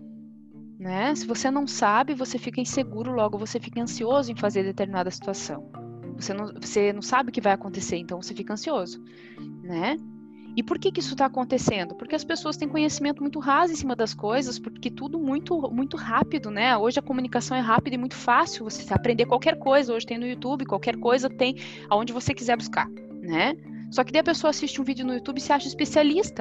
Né? Se você não sabe, você fica inseguro, logo você fica ansioso em fazer determinada situação. Você não, você não sabe o que vai acontecer, então você fica ansioso, né? E por que que isso está acontecendo? Porque as pessoas têm conhecimento muito raso em cima das coisas, porque tudo muito, muito rápido, né? Hoje a comunicação é rápida e muito fácil, você aprender qualquer coisa, hoje tem no YouTube, qualquer coisa tem aonde você quiser buscar, né? Só que daí a pessoa assiste um vídeo no YouTube e se acha especialista.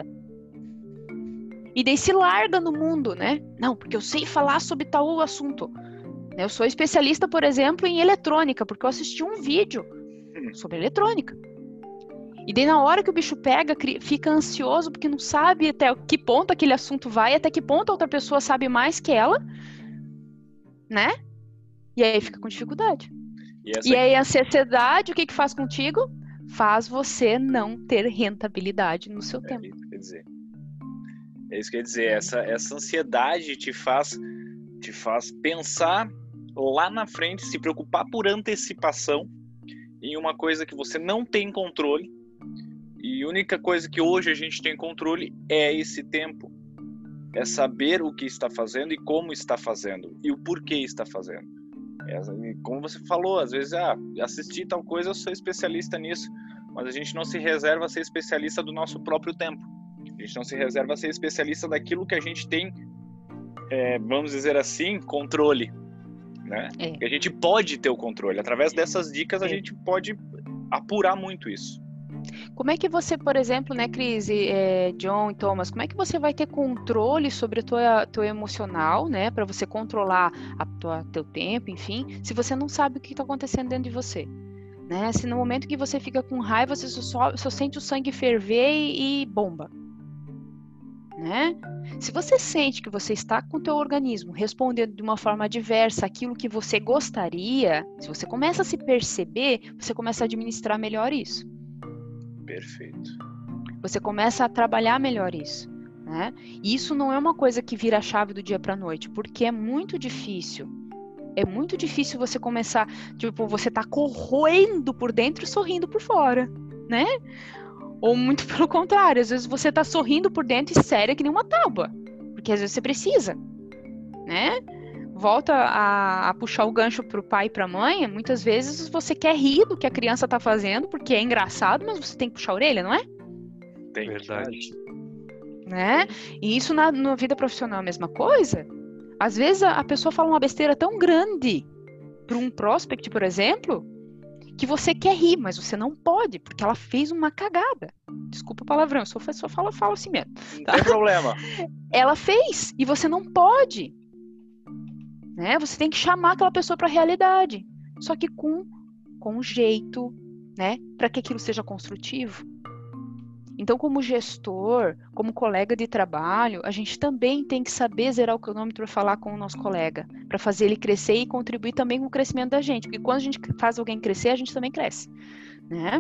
E daí se larga no mundo, né? Não, porque eu sei falar sobre tal assunto. Eu sou especialista, por exemplo, em eletrônica, porque eu assisti um vídeo sobre eletrônica. E daí na hora que o bicho pega, fica ansioso, porque não sabe até que ponto aquele assunto vai, até que ponto a outra pessoa sabe mais que ela, né? E aí fica com dificuldade. E, essa... e aí a ansiedade, o que que faz contigo? Faz você não ter rentabilidade no seu é, tempo. Isso quer dizer. É isso que eu ia dizer, essa, essa ansiedade te faz, te faz pensar lá na frente, se preocupar por antecipação em uma coisa que você não tem controle, e a única coisa que hoje a gente tem controle é esse tempo, é saber o que está fazendo e como está fazendo, e o porquê está fazendo. É, como você falou, às vezes, ah, assisti tal coisa, eu sou especialista nisso, mas a gente não se reserva a ser especialista do nosso próprio tempo. A gente não se reserva a ser especialista daquilo que a gente tem, é, vamos dizer assim, controle, né? É. A gente pode ter o controle. Através dessas dicas, a é. gente pode apurar muito isso. Como é que você, por exemplo, né, Cris, é, John e Thomas, como é que você vai ter controle sobre o teu, teu emocional, né, para você controlar a tua, teu tempo, enfim, se você não sabe o que está acontecendo dentro de você? Né? Se no momento que você fica com raiva, você só, só sente o sangue ferver e, e bomba. Né? Se você sente que você está com o teu organismo respondendo de uma forma adversa aquilo que você gostaria, se você começa a se perceber, você começa a administrar melhor isso. Perfeito. Você começa a trabalhar melhor isso, né? E isso não é uma coisa que vira a chave do dia para a noite, porque é muito difícil. É muito difícil você começar, tipo, você tá corroendo por dentro e sorrindo por fora, né? Ou muito pelo contrário, às vezes você tá sorrindo por dentro e séria que nem uma tábua. Porque às vezes você precisa, né? Volta a, a puxar o gancho pro pai e pra mãe, muitas vezes você quer rir do que a criança tá fazendo, porque é engraçado, mas você tem que puxar a orelha, não é? Tem. Verdade. Né? E isso na, na vida profissional é a mesma coisa. Às vezes a, a pessoa fala uma besteira tão grande para um prospect, por exemplo, que você quer rir, mas você não pode, porque ela fez uma cagada. Desculpa o palavrão, eu só, só falo, falo assim mesmo. Tá? Não tem problema. Ela fez, e você não pode. Né? Você tem que chamar aquela pessoa para a realidade. Só que com, com jeito, né? Para que aquilo seja construtivo. Então, como gestor, como colega de trabalho, a gente também tem que saber zerar o cronômetro para falar com o nosso colega, para fazer ele crescer e contribuir também com o crescimento da gente, porque quando a gente faz alguém crescer, a gente também cresce, né?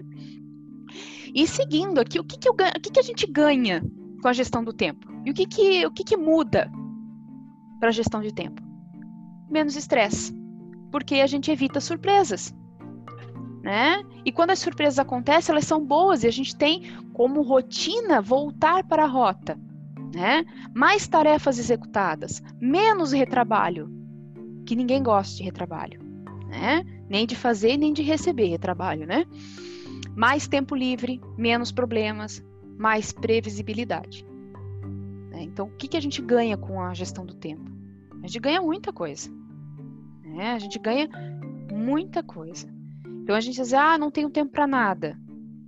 E seguindo aqui, o que que, eu, o que, que a gente ganha com a gestão do tempo? E o que que, o que, que muda para a gestão de tempo? Menos estresse, porque a gente evita surpresas. Né? E quando as surpresas acontecem, elas são boas e a gente tem como rotina voltar para a rota, né? Mais tarefas executadas, menos retrabalho, que ninguém gosta de retrabalho, né? Nem de fazer nem de receber retrabalho, né? Mais tempo livre, menos problemas, mais previsibilidade. Né? Então, o que que a gente ganha com a gestão do tempo? A gente ganha muita coisa, né? A gente ganha muita coisa. Então a gente diz, ah, não tenho tempo para nada.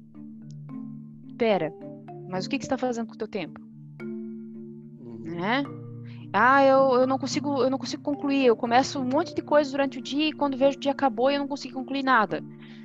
Pera, mas o que, que você está fazendo com o teu tempo? Uhum. Né? Ah, eu, eu, não consigo, eu não consigo concluir, eu começo um monte de coisa durante o dia e quando vejo o dia acabou eu não consigo concluir nada.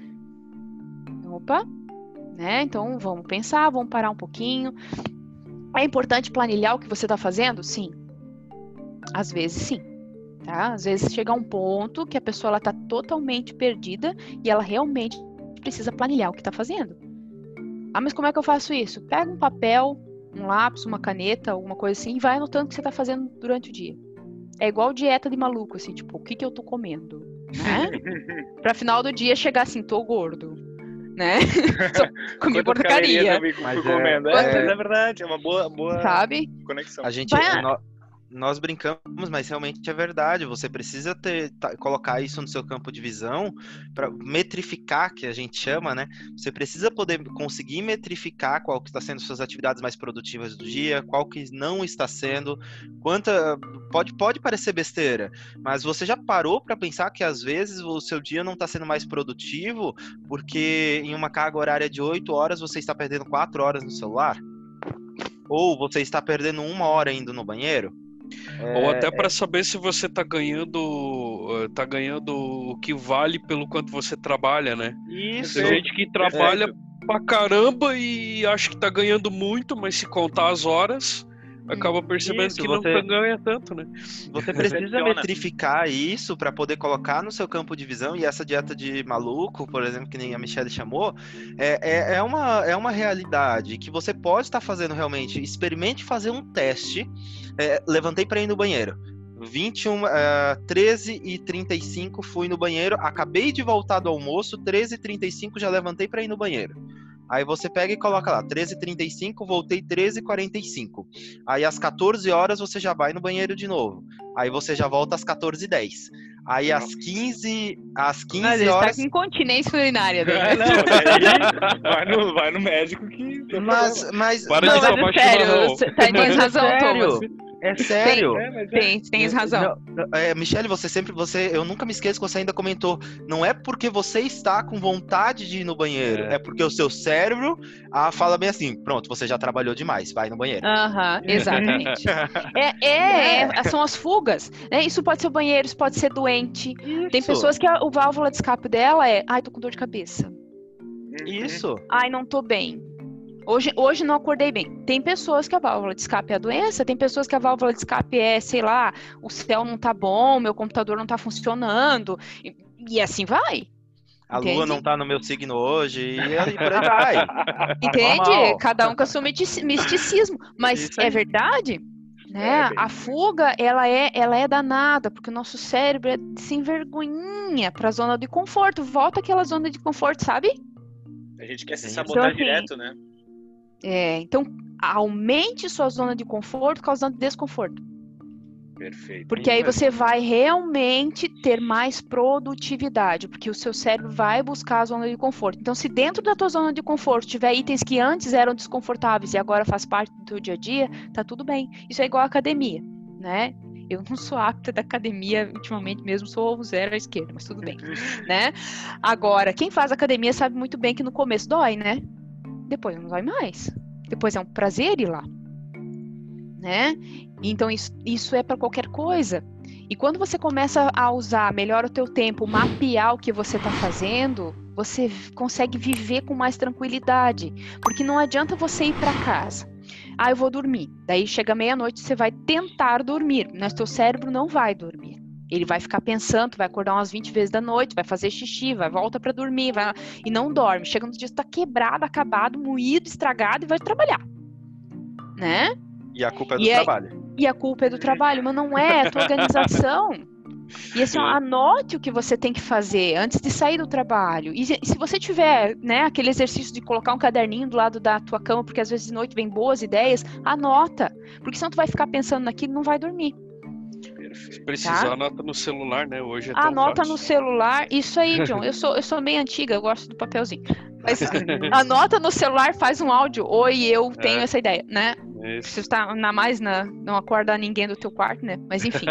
Opa, né? Então vamos pensar, vamos parar um pouquinho. É importante planilhar o que você está fazendo? Sim. Às vezes sim. tá? Às vezes chega a um ponto que a pessoa ela tá totalmente perdida e ela realmente precisa planilhar o que está fazendo. Ah, mas como é que eu faço isso? Pega um papel, um lápis, uma caneta, alguma coisa assim, e vai anotando o que você está fazendo durante o dia. É igual dieta de maluco, assim, tipo, o que que eu tô comendo, né? Pra final do dia chegar assim, tô gordo, né? Comi porcaria. Mas comendo. É, é... é verdade, é uma boa, boa Sabe? conexão. A gente... Vai... No... Nós brincamos, mas realmente é verdade. Você precisa ter, tá, colocar isso no seu campo de visão para metrificar, que a gente chama, né? Você precisa poder conseguir metrificar qual que está sendo suas atividades mais produtivas do dia, qual que não está sendo, quanta pode pode parecer besteira, mas você já parou para pensar que às vezes o seu dia não está sendo mais produtivo porque em uma carga horária de oito horas você está perdendo quatro horas no celular? Ou você está perdendo uma hora indo no banheiro? É, Ou até para é... saber se você tá ganhando tá ganhando o que vale pelo quanto você trabalha, né? Isso. Tem gente que trabalha é. pra caramba e acha que tá ganhando muito, mas se contar as horas, acaba percebendo isso, que você... não ganha tanto, né? Você precisa metrificar isso para poder colocar no seu campo de visão, e essa dieta de maluco, por exemplo, que nem a Michelle chamou, é, é, é, uma, é uma realidade que você pode estar fazendo realmente. Experimente fazer um teste. É, levantei para ir no banheiro. vinte e um, uh, treze e trinta e cinco fui no banheiro. Acabei de voltar do almoço, treze e trinta e cinco já levantei para ir no banheiro. Aí você pega e coloca lá, treze e trinta e cinco, voltei treze e quarenta e cinco. Aí às quatorze horas você já vai no banheiro de novo. Aí você já volta às quatorze e dez. Aí às quinze, às quinze Mas horas... Tá com incontinência urinária, daí. É, não, daí vai no, vai no médico que... Mas, mas... Para não, de tomar sério, chimarrão. tá tens razão, sério. Thomas. É sério? Tem, é, tem, tens razão. Não, é, Michelle, você sempre, você, eu nunca me esqueço que você ainda comentou, não é porque você está com vontade de ir no banheiro, é, é porque o seu cérebro ah, fala bem assim, pronto, você já trabalhou demais, vai no banheiro. Aham, uh-huh, exatamente. é, é, é, são as fugas, né? Isso pode ser o banheiro, isso pode ser doente. Isso. Tem pessoas que a, o válvula de escape dela é, ai, tô com dor de cabeça. Isso. Ai, não tô bem. Hoje, hoje não acordei bem. Tem pessoas que a válvula de escape é a doença, tem pessoas que a válvula de escape é, sei lá, o céu não tá bom, meu computador não tá funcionando, e, e assim vai. A Entende? lua não tá no meu signo hoje, e aí por aí vai. Entende? Normal. Cada um com o seu misticismo. Mas é verdade, né? É a fuga, ela é, ela é danada, porque o nosso cérebro é sem vergonhinha pra zona de conforto. Volta àquela zona de conforto, sabe? A gente quer se sabotar então, direto, assim, né? É, então, aumente sua zona de conforto causando desconforto. Perfeito. Porque aí você vai realmente ter mais produtividade, porque o seu cérebro vai buscar a zona de conforto. Então, se dentro da tua zona de conforto tiver itens que antes eram desconfortáveis e agora faz parte do teu dia a dia, tá tudo bem. Isso é igual à academia, né? Eu não sou apta da academia, ultimamente mesmo sou zero à esquerda, mas tudo bem, né? Agora, quem faz academia sabe muito bem que no começo dói, né? Depois não dói mais. Depois é um prazer ir lá, né? Então isso, isso é para qualquer coisa. E quando você começa a usar melhor o teu tempo, mapear o que você está fazendo, você consegue viver com mais tranquilidade. Porque não adianta você ir para casa. Ah, eu vou dormir. Daí chega meia-noite, você vai tentar dormir, mas teu cérebro não vai dormir. Ele vai ficar pensando, vai acordar umas vinte vezes da noite, vai fazer xixi, vai volta para dormir, vai... e não dorme. Chega no dia que tá quebrado, acabado, moído, estragado e vai trabalhar, né? E a culpa é do e trabalho. É... E a culpa é do trabalho, mas não é, é a tua organização. E assim, ó, anote o que você tem que fazer antes de sair do trabalho. E se você tiver, né, aquele exercício de colocar um caderninho do lado da tua cama, porque às vezes de noite vem boas ideias, anota. Porque senão tu vai ficar pensando naquilo e não vai dormir. Se precisar, tá? Anota no celular, né? Hoje é tão Anota fácil. no celular. Isso aí, John. Eu sou, eu sou meio antiga, eu gosto do papelzinho. Mas anota no celular, faz um áudio. Oi, eu tenho é. essa ideia, né? Você está na mais na, não acordar ninguém do teu quarto, né? Mas enfim.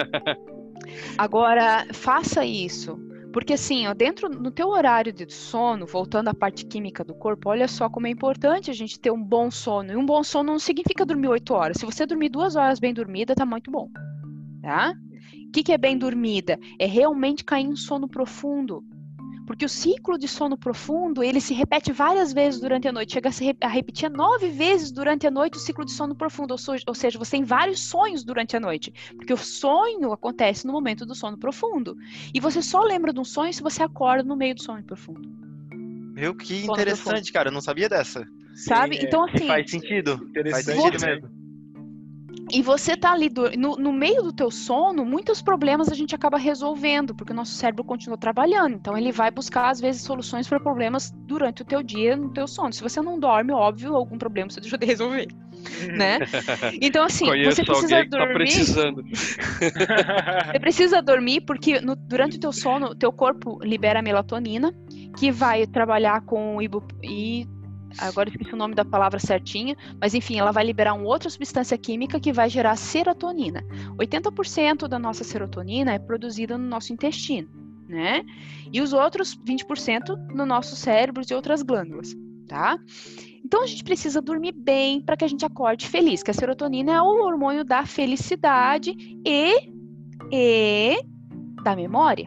Agora, faça isso. Porque assim, ó, dentro no teu horário de sono, voltando à parte química do corpo, olha só como é importante a gente ter um bom sono. E um bom sono não significa dormir oito horas. Se você dormir duas horas bem dormida, tá muito bom. Tá? O que, que é bem dormida? É realmente cair em sono profundo. Porque o ciclo de sono profundo, ele se repete várias vezes durante a noite. Chega a, se re a repetir nove vezes durante a noite o ciclo de sono profundo. Ou, so ou seja, você tem vários sonhos durante a noite. Porque o sonho acontece no momento do sono profundo. E você só lembra de um sonho se você acorda no meio do sono profundo. Meu, que Sono interessante, profundo. cara. Eu não sabia dessa. Sabe? Sim, Então, E assim... faz sentido. Faz Interessante, sentido né? mesmo. E você tá ali do, no, no meio do teu sono, muitos problemas a gente acaba resolvendo, porque o nosso cérebro continua trabalhando. Então ele vai buscar, às vezes, soluções para problemas durante o teu dia, no teu sono. Se você não dorme, óbvio, algum problema você deixou de resolver, né? Então, assim, Conheço você precisa alguém que tá dormir... precisando. Você precisa dormir porque no, durante o teu sono, o teu corpo libera melatonina, que vai trabalhar com ibu, e agora eu esqueci o nome da palavra certinha, mas enfim, ela vai liberar uma outra substância química que vai gerar serotonina. oitenta por cento da nossa serotonina é produzida no nosso intestino, né? E os outros vinte por cento no nosso cérebro e outras glândulas, tá? Então a gente precisa dormir bem para que a gente acorde feliz, que a serotonina é o hormônio da felicidade e, e da memória.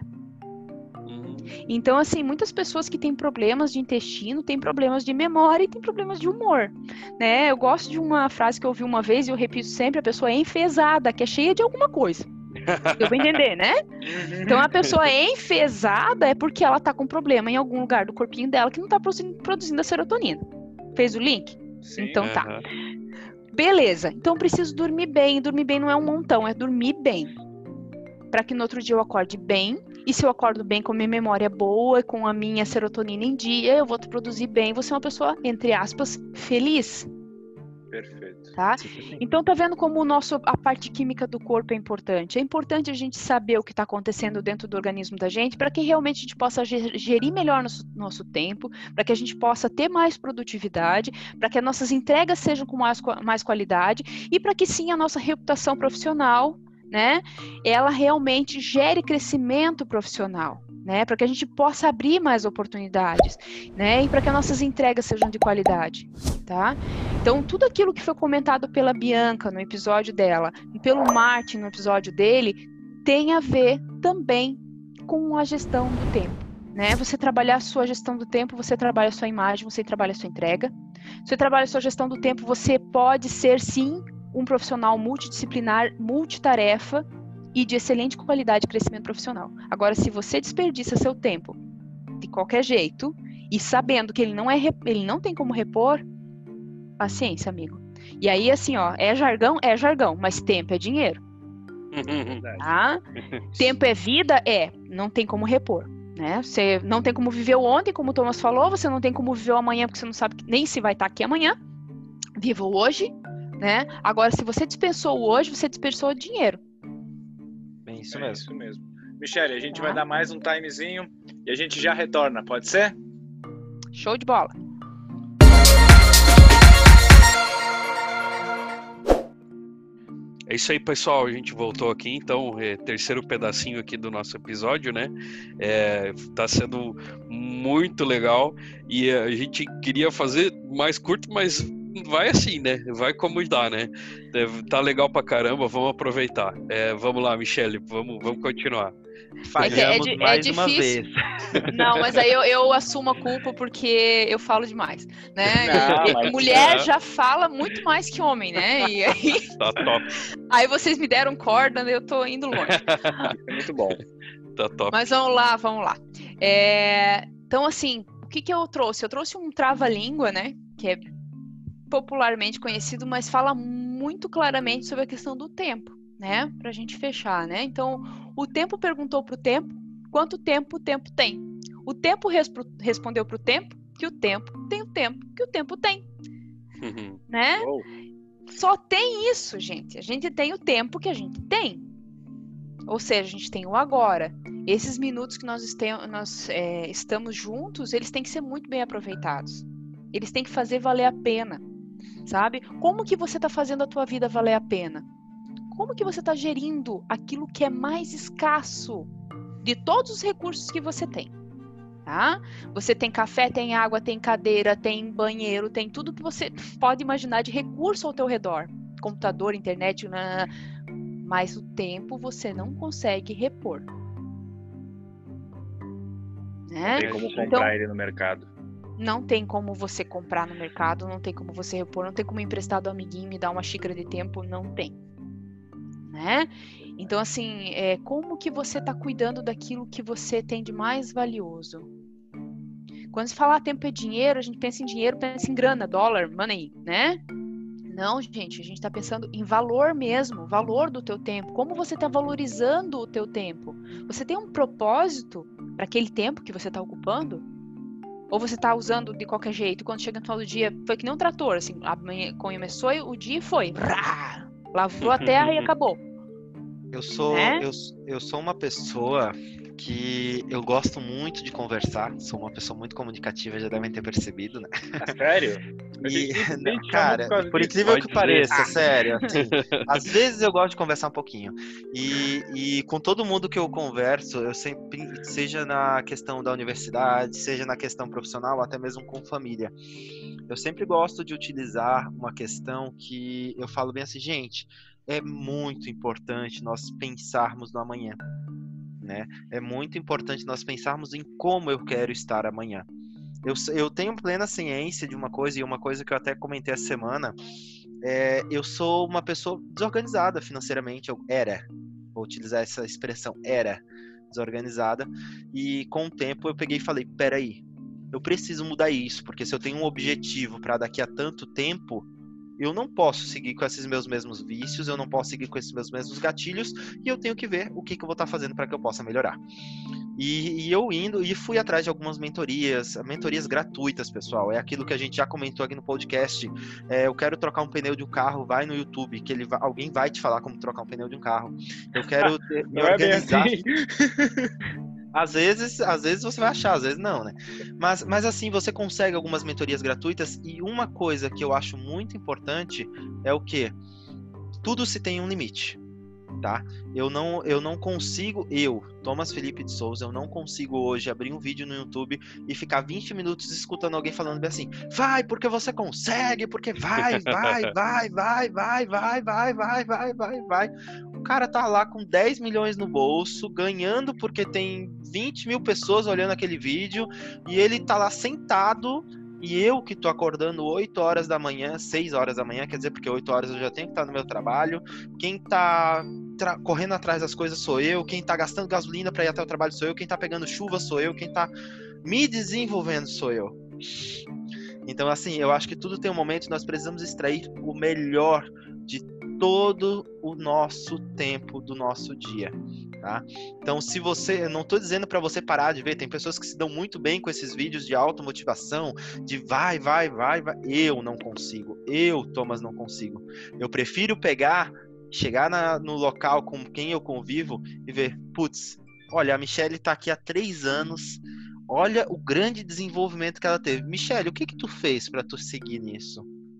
Então, assim, muitas pessoas que têm problemas de intestino, têm problemas de memória e têm problemas de humor, né? Eu gosto de uma frase que eu ouvi uma vez e eu repito sempre, a pessoa é enfesada, que é cheia de alguma coisa. Deu pra entender, né? Então, a pessoa é enfesada é porque ela tá com problema em algum lugar do corpinho dela que não tá produzindo a serotonina. Fez o link? Sim. Então tá. Beleza, então eu preciso dormir bem. Dormir bem não é um montão, é dormir bem. Para que no outro dia eu acorde bem. E se eu acordo bem com a minha memória boa, com a minha serotonina em dia, eu vou produzir bem, vou ser uma pessoa, entre aspas, feliz. Perfeito. Tá? Então tá vendo como o nosso, a parte química do corpo é importante. É importante a gente saber o que está acontecendo dentro do organismo da gente para que realmente a gente possa gerir melhor nosso, nosso tempo, para que a gente possa ter mais produtividade, para que as nossas entregas sejam com mais, mais qualidade e para que sim a nossa reputação profissional, né, ela realmente gere crescimento profissional, né, para que a gente possa abrir mais oportunidades, né, e para que as nossas entregas sejam de qualidade, tá? Então, tudo aquilo que foi comentado pela Bianca no episódio dela, e pelo Martin no episódio dele, tem a ver também com a gestão do tempo, né? Você trabalhar a sua gestão do tempo, você trabalha a sua imagem, você trabalha a sua entrega. Você trabalha a sua gestão do tempo, você pode ser, sim, um profissional multidisciplinar, multitarefa e de excelente qualidade de crescimento profissional. Agora, se você desperdiça seu tempo de qualquer jeito e sabendo que ele não, é, ele não tem como repor, paciência, amigo. E aí, assim, ó, é jargão? É jargão, mas tempo é dinheiro. Tá? Tempo é vida? É, não tem como repor. Né? Você não tem como viver o ontem, como o Thomas falou, você não tem como viver o amanhã, porque você não sabe nem se vai estar aqui amanhã. Viva o hoje. Né? Agora, se você dispensou o hoje, você dispensou o dinheiro. Bem, isso É mesmo. isso mesmo. Michele, a gente Tá. vai dar mais um timezinho e a gente já retorna, pode ser? Show de bola. É isso aí, pessoal. A gente voltou aqui, então, é, terceiro pedacinho aqui do nosso episódio, né? É, tá sendo muito legal e a gente queria fazer mais curto, mas vai assim, né? Vai como dá, né? Tá legal pra caramba, vamos aproveitar. É, vamos lá, Michele, vamos, vamos continuar. Falhamos É que é, é mais uma difícil. vez. Não, mas aí eu, eu assumo a culpa porque eu falo demais, né? Não, E- mas- mulher já fala muito mais que homem, né? E aí, Tá top, aí vocês me deram corda, eu tô indo longe. É muito bom. tá top. Mas vamos lá, vamos lá. É, então, assim, o que, que eu trouxe? Eu trouxe um trava-língua, né? Que é popularmente conhecido, mas fala muito claramente sobre a questão do tempo, né? Pra gente fechar, né? Então, o tempo perguntou pro tempo quanto tempo o tempo tem. O tempo respro- respondeu pro tempo que o tempo tem o tempo que o tempo tem, né? Uou. Só tem isso, gente. A gente tem o tempo que a gente tem. Ou seja, a gente tem o agora. Esses minutos que nós, este- nós é, estamos juntos, eles têm que ser muito bem aproveitados. Eles têm que fazer valer a pena, sabe? Como que você está fazendo a tua vida valer a pena? Como que você está gerindo aquilo que é mais escasso de todos os recursos que você tem? Tá? Você tem café, tem água, tem cadeira, tem banheiro, tem tudo que você pode imaginar de recurso ao teu redor. Computador, internet, nanana. Mas o tempo você não consegue repor. né? Não tem como comprar então, ele no mercado. Não tem como você comprar no mercado, não tem como você repor, não tem como emprestar do amiguinho e me dar uma xícara de tempo, não tem, né? Então, assim, é, como que você está cuidando daquilo que você tem de mais valioso? Quando se fala tempo é dinheiro, a gente pensa em dinheiro, pensa em grana, dólar, money, né? Não, gente, a gente está pensando em valor mesmo, valor do teu tempo. Como você está valorizando o teu tempo? Você tem um propósito para aquele tempo que você está ocupando? Ou você está usando de qualquer jeito? Quando chega no final do dia, foi que nem um trator, assim, amanhã começou o dia e foi. Vrá, lavou a terra e acabou. Eu sou, né? eu, eu sou uma pessoa que eu gosto muito de conversar, sou uma pessoa muito comunicativa, já devem ter percebido, né? Sério? E, Nem- nem não, te chamou cara, por causa por disso. incrível Pode que dizer. pareça, sério, assim, às vezes eu gosto de conversar um pouquinho. E, e com todo mundo que eu converso, eu sempre, seja na questão da universidade, seja na questão profissional, até mesmo com família, eu sempre gosto de utilizar uma questão que eu falo bem assim, gente, é muito importante nós pensarmos no amanhã, né? É muito importante nós pensarmos em como eu quero estar amanhã. Eu, eu tenho plena ciência de uma coisa, e uma coisa que eu até comentei essa semana, é, eu sou uma pessoa desorganizada financeiramente, eu era, vou utilizar essa expressão, era desorganizada, e com o tempo eu peguei e falei, peraí, eu preciso mudar isso, porque se eu tenho um objetivo para daqui a tanto tempo, eu não posso seguir com esses meus mesmos vícios, eu não posso seguir com esses meus mesmos gatilhos, e eu tenho que ver o que, que eu vou estar fazendo para que eu possa melhorar. E, e eu indo, e fui atrás de algumas mentorias, mentorias gratuitas, pessoal, é aquilo que a gente já comentou aqui no podcast, é, eu quero trocar um pneu de um carro, vai no YouTube, que ele vai, alguém vai te falar como trocar um pneu de um carro. Eu quero ter, me Não é bem organizar... assim. Às vezes, às vezes você vai achar, às vezes não, né? Mas, mas assim, você consegue algumas mentorias gratuitas, e uma coisa que eu acho muito importante é o quê? Tudo se tem um limite, tá? Eu não, eu não consigo, eu, Thomas Felipe de Souza, eu não consigo hoje abrir um vídeo no YouTube e ficar vinte minutos escutando alguém falando bem assim, vai, porque você consegue, porque vai, vai, vai, vai, vai, vai, vai, vai, vai, vai, vai. O cara tá lá com dez milhões no bolso, ganhando porque tem vinte mil pessoas olhando aquele vídeo, e ele tá lá sentado, e eu que tô acordando oito horas da manhã, seis horas da manhã, quer dizer, porque oito horas eu já tenho que estar no meu trabalho, quem tá tra- correndo atrás das coisas sou eu, quem tá gastando gasolina para ir até o trabalho sou eu, quem tá pegando chuva sou eu, quem tá me desenvolvendo sou eu. Então, assim, eu acho que tudo tem um momento, nós precisamos extrair o melhor de todo o nosso tempo do nosso dia, tá? Então, se você, eu não tô dizendo para você parar de ver, tem pessoas que se dão muito bem com esses vídeos de automotivação, de vai, vai, vai, vai, eu não consigo, eu, Thomas, não consigo. Eu prefiro pegar, chegar na, no local com quem eu convivo e ver, putz, olha, a Michelle tá aqui há três anos, olha o grande desenvolvimento que ela teve. Michelle, o que que tu fez para tu seguir nisso?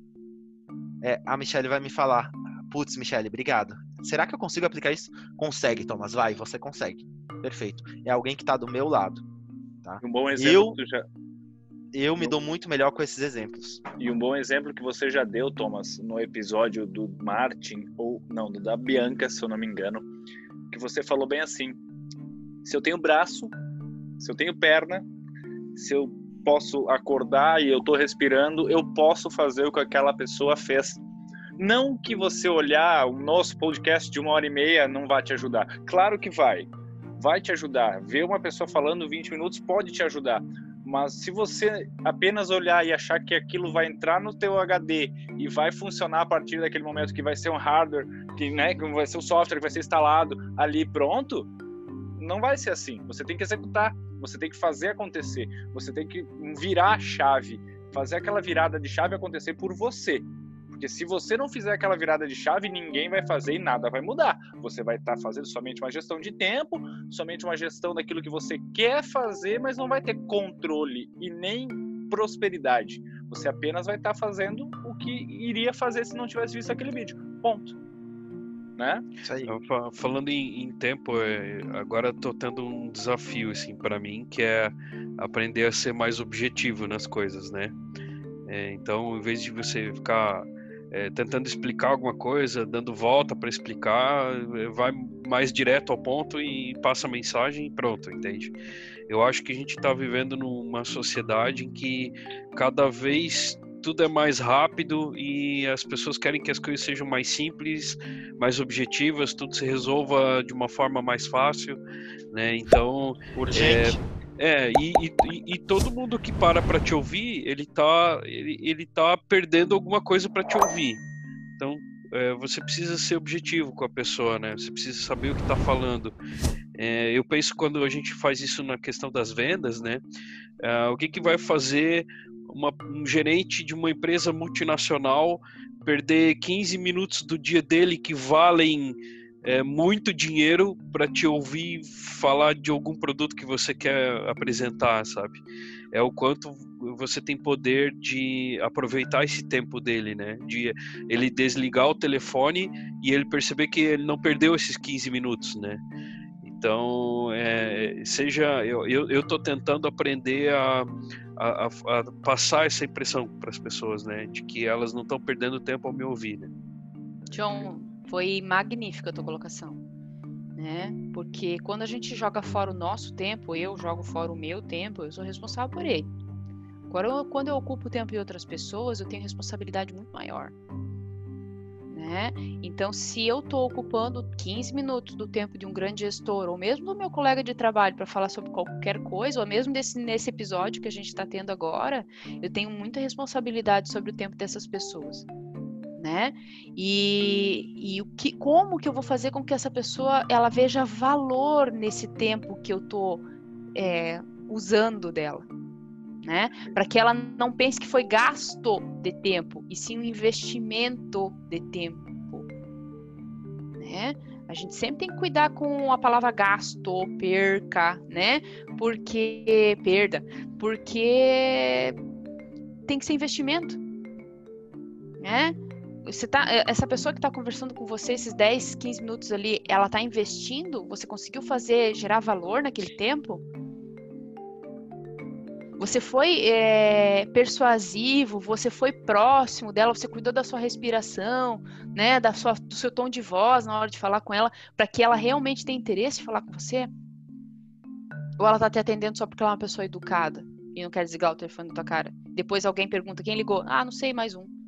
É, a Michelle vai me falar, putz, Michelle, obrigado. Será que eu consigo aplicar isso? Consegue, Thomas, vai, você consegue. Perfeito. É alguém que tá do meu lado, tá? Um bom exemplo Eu, que tu já... eu me dou muito melhor com esses exemplos. E um bom exemplo que você já deu, Thomas, no episódio do Martin, ou não, do da Bianca, se eu não me engano, que você falou bem assim, se eu tenho braço, se eu tenho perna, se eu posso acordar e eu tô respirando, eu posso fazer o que aquela pessoa fez. Não que você olhar o nosso podcast de uma hora e meia não vai te ajudar. Claro que vai. Vai te ajudar. Ver uma pessoa falando vinte minutos pode te ajudar. Mas se você apenas olhar e achar que aquilo vai entrar no teu H D e vai funcionar a partir daquele momento, que vai ser um hardware, que, né, que vai ser um software que vai ser instalado ali pronto, não vai ser assim. Você tem que executar, você tem que fazer acontecer, você tem que virar a chave, fazer aquela virada de chave acontecer por você. Porque se você não fizer aquela virada de chave, ninguém vai fazer e nada vai mudar. Você vai estar fazendo somente uma gestão de tempo, somente uma gestão daquilo que você quer fazer, mas não vai ter controle e nem prosperidade. Você apenas vai estar fazendo o que iria fazer se não tivesse visto aquele vídeo. Ponto. Né? Isso aí. Falando em, em tempo, agora estou tendo um desafio assim para mim, que é aprender a ser mais objetivo nas coisas, né? É, então, em vez de você ficar é, tentando explicar alguma coisa, dando volta para explicar, vai mais direto ao ponto e passa a mensagem e pronto, entende? Eu acho que a gente está vivendo numa sociedade em que cada vez tudo é mais rápido e as pessoas querem que as coisas sejam mais simples, mais objetivas, tudo se resolva de uma forma mais fácil, né? Então, urgente. É, é e, e, e todo mundo que para para te ouvir, ele tá, ele, ele tá perdendo alguma coisa para te ouvir. Então, é, você precisa ser objetivo com a pessoa, né? Você precisa saber o que está falando. É, eu penso quando a gente faz isso na questão das vendas, né? É, o que, que vai fazer uma, um gerente de uma empresa multinacional perder quinze minutos do dia dele que valem é, muito dinheiro para te ouvir falar de algum produto que você quer apresentar, sabe? É o quanto você tem poder de aproveitar esse tempo dele, né? De ele desligar o telefone e ele perceber que ele não perdeu esses quinze minutos, né? Então, é, seja, eu, eu, eu tô tentando aprender a, a, a passar essa impressão para as pessoas, né? De que elas não estão perdendo tempo ao me ouvir, né? John, foi magnífica a tua colocação, né? Porque quando a gente joga fora o nosso tempo, eu jogo fora o meu tempo, eu sou responsável por ele. Agora, quando eu ocupo o tempo de outras pessoas, eu tenho responsabilidade muito maior. Né? Então, se eu estou ocupando quinze minutos do tempo de um grande gestor, ou mesmo do meu colega de trabalho para falar sobre qualquer coisa, ou mesmo desse, nesse episódio que a gente está tendo agora, eu tenho muita responsabilidade sobre o tempo dessas pessoas. Né? E, e o que, como que eu vou fazer com que essa pessoa ela veja valor nesse tempo que eu estou é, usando dela? Né? Para que ela não pense que foi gasto de tempo, e sim um investimento de tempo. Né? A gente sempre tem que cuidar com a palavra gasto, perca, né? Porque perda, porque tem que ser investimento, né? Você tá, essa pessoa que está conversando com você esses dez, quinze minutos ali, ela está investindo? Você conseguiu fazer, gerar valor naquele tempo? Você foi é, persuasivo, você foi próximo dela, você cuidou da sua respiração, né, da sua, do seu tom de voz na hora de falar com ela, para que ela realmente tenha interesse em falar com você? Ou ela tá te atendendo só porque ela é uma pessoa educada e não quer desligar o telefone da tua cara? Depois alguém pergunta, quem ligou? Ah, não sei, mais um.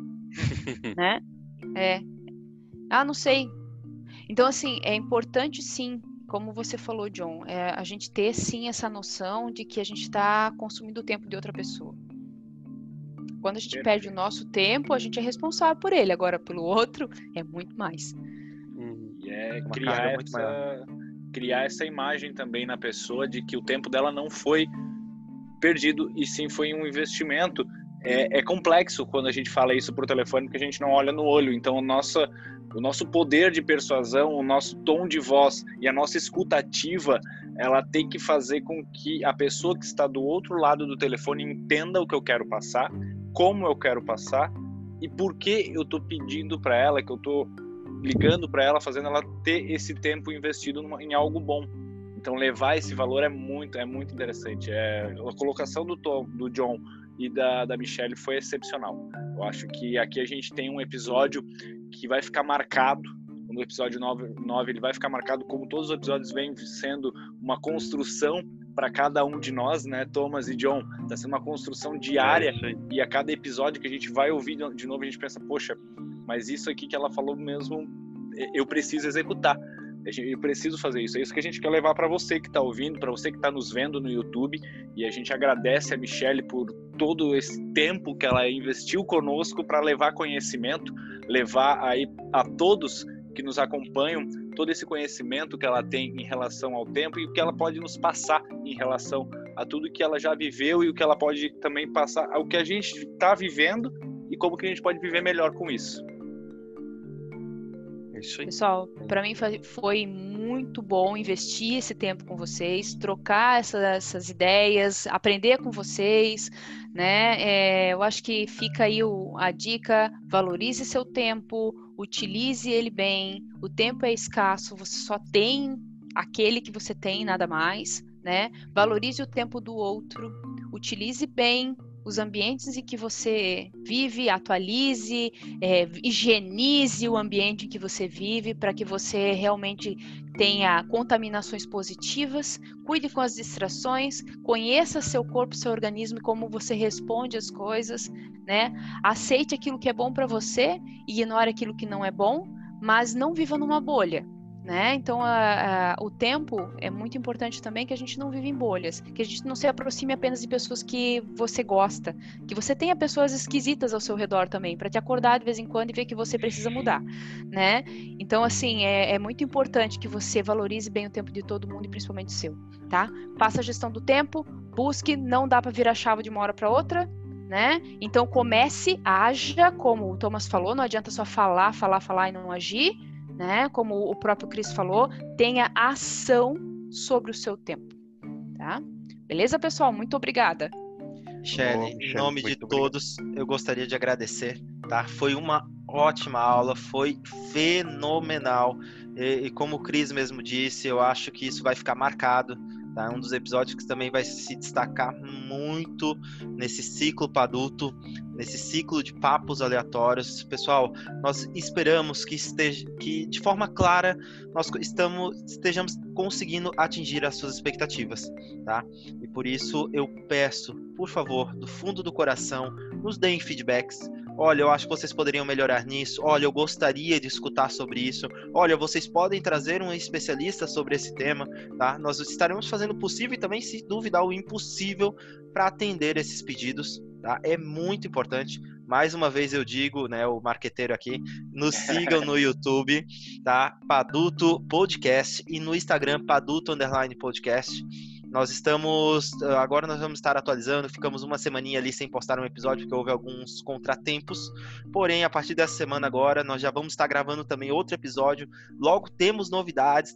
Né? É. Ah, não sei. Então, assim, é importante sim, como você falou, John, é a gente ter sim essa noção de que a gente está consumindo o tempo de outra pessoa. Quando a gente Perfeito. perde o nosso tempo, a gente é responsável por ele. Agora, pelo outro, é muito mais. E é criar essa, criar essa imagem também na pessoa de que o tempo dela não foi perdido, e sim foi um investimento. É, é complexo quando a gente fala isso por telefone, porque a gente não olha no olho. Então, nossa, o nosso poder de persuasão, o nosso tom de voz e a nossa escuta ativa, ela tem que fazer com que a pessoa que está do outro lado do telefone entenda o que eu quero passar, como eu quero passar e por que eu estou pedindo para ela, que eu estou ligando para ela, fazendo ela ter esse tempo investido numa, em algo bom. Então, levar esse valor é muito, é muito interessante. É, a colocação do, Tom, do John e da, da Michelle foi excepcional. Eu acho que aqui a gente tem um episódio que vai ficar marcado, no episódio nove, ele vai ficar marcado como todos os episódios vêm sendo uma construção para cada um de nós, né, Thomas e John, está sendo uma construção diária, é, e a cada episódio que a gente vai ouvir de novo, a gente pensa, poxa, mas isso aqui que ela falou mesmo, eu preciso executar. Eu preciso fazer isso. É isso que a gente quer levar para você que está ouvindo, para você que está nos vendo no YouTube. E a gente agradece a Michelle por todo esse tempo que ela investiu conosco para levar conhecimento, levar aí a todos que nos acompanham todo esse conhecimento que ela tem em relação ao tempo e o que ela pode nos passar em relação a tudo que ela já viveu e o que ela pode também passar ao que a gente está vivendo e como que a gente pode viver melhor com isso. Pessoal, para mim foi muito bom investir esse tempo com vocês, trocar essa, essas ideias, aprender com vocês, né? É, eu acho que fica aí o, a dica: valorize seu tempo, utilize ele bem. O tempo é escasso, você só tem aquele que você tem, nada mais, né? Valorize o tempo do outro, utilize bem, os ambientes em que você vive, atualize, é, higienize o ambiente em que você vive para que você realmente tenha contaminações positivas, cuide com as distrações, conheça seu corpo, seu organismo e como você responde às coisas, né? Aceite aquilo que é bom para você, ignore aquilo que não é bom, mas não viva numa bolha. Né? Então, a, a, o tempo é muito importante também, que a gente não vive em bolhas, que a gente não se aproxime apenas de pessoas que você gosta, que você tenha pessoas esquisitas ao seu redor também, para te acordar de vez em quando e ver que você precisa mudar, né? Então, assim, é, é muito importante que você valorize bem o tempo de todo mundo e principalmente o seu, tá? Faça a gestão do tempo, busque, não dá para virar a chave de uma hora para outra, né? Então, comece, haja, como o Thomas falou, não adianta só falar, falar, falar e não agir, né? Como o próprio Cris falou, tenha ação sobre o seu tempo, tá? Beleza, pessoal? Muito obrigada. Michele, em nome de todos, eu gostaria de agradecer, tá? Foi uma ótima aula, foi fenomenal. E, e como o Cris mesmo disse, eu acho que isso vai ficar marcado, tá? Um dos episódios que também vai se destacar muito nesse ciclo Paduto, nesse ciclo de papos aleatórios. Pessoal, nós esperamos que, esteja, que de forma clara nós estamos, estejamos conseguindo atingir as suas expectativas, tá? E por isso eu peço, por favor, do fundo do coração, nos deem feedbacks. Olha, eu acho que vocês poderiam melhorar nisso. Olha, eu gostaria de escutar sobre isso. Olha, vocês podem trazer um especialista sobre esse tema, tá? Nós estaremos fazendo o possível e também, se duvidar, o impossível para atender esses pedidos, tá? É muito importante. Mais uma vez eu digo, né, o marqueteiro aqui, nos sigam no YouTube, tá? Paduto Podcast e no Instagram Paduto Underline Podcast. Nós estamos, agora nós vamos estar atualizando, ficamos uma semaninha ali sem postar um episódio, porque houve alguns contratempos, porém, a partir dessa semana agora, nós já vamos estar gravando também outro episódio, logo temos novidades,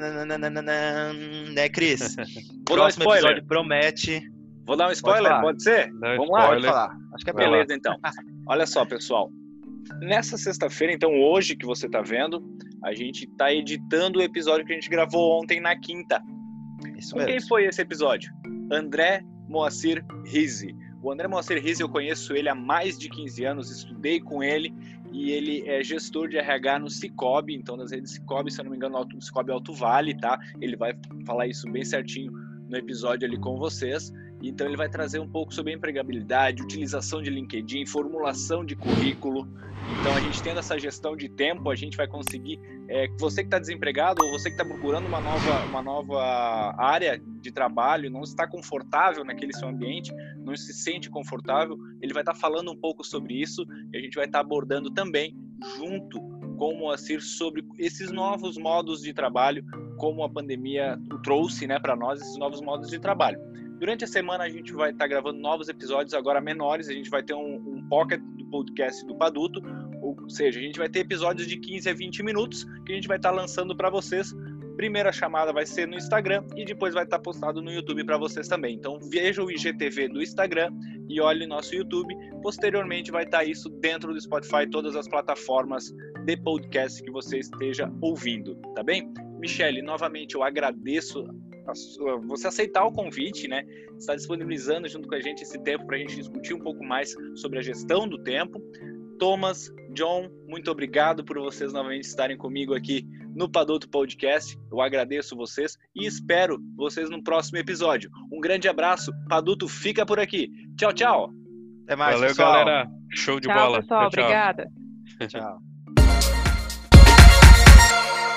né, Cris? Vou dar um spoiler. Episódio promete. Vou dar um spoiler, pode, pode ser? Não, Vamos spoiler. lá? Pode falar, acho que é Beleza, lá. então. Olha só, pessoal, nessa sexta-feira, então hoje que você tá vendo, a gente tá editando o episódio que a gente gravou ontem na quinta. Isso Com mesmo. quem foi esse episódio? André Moacir Rizzi. O André Moacir Rizzi, eu conheço ele há mais de quinze anos, estudei com ele e ele é gestor de R H no Cicobi, então das redes Cicobi, se eu não me engano, no Cicobi Alto Vale, tá? Ele vai falar isso bem certinho no episódio ali com vocês. Então ele vai trazer um pouco sobre empregabilidade, utilização de LinkedIn, formulação de currículo. Então a gente tendo essa gestão de tempo, a gente vai conseguir, é, você que está desempregado ou você que está procurando uma nova, uma nova área de trabalho, não está confortável naquele seu ambiente, não se sente confortável, ele vai estar tá falando um pouco sobre isso e a gente vai estar tá abordando também junto com o Moacir sobre esses novos modos de trabalho, como a pandemia trouxe, né, para nós, esses novos modos de trabalho. Durante a semana a gente vai estar tá gravando novos episódios agora menores, a gente vai ter um, um pocket do podcast do Paduto, ou seja, a gente vai ter episódios de quinze a vinte minutos que a gente vai estar tá lançando para vocês. Primeira chamada vai ser no Instagram e depois vai estar tá postado no YouTube para vocês também. Então veja o I G T V do Instagram e olhe nosso YouTube. Posteriormente vai estar tá isso dentro do Spotify, todas as plataformas de podcast que você esteja ouvindo, tá bem? Michele, novamente eu agradeço a sua, você aceitar o convite, né? Está disponibilizando junto com a gente esse tempo para a gente discutir um pouco mais sobre a gestão do tempo. Thomas, John, muito obrigado por vocês novamente estarem comigo aqui no Paduto Podcast. Eu agradeço vocês e espero vocês no próximo episódio. Um grande abraço. Paduto fica por aqui. Tchau, tchau. Até mais, Valeu, pessoal. galera. Show de Tchau, bola. pessoal. Tchau, tchau. Obrigada. Tchau.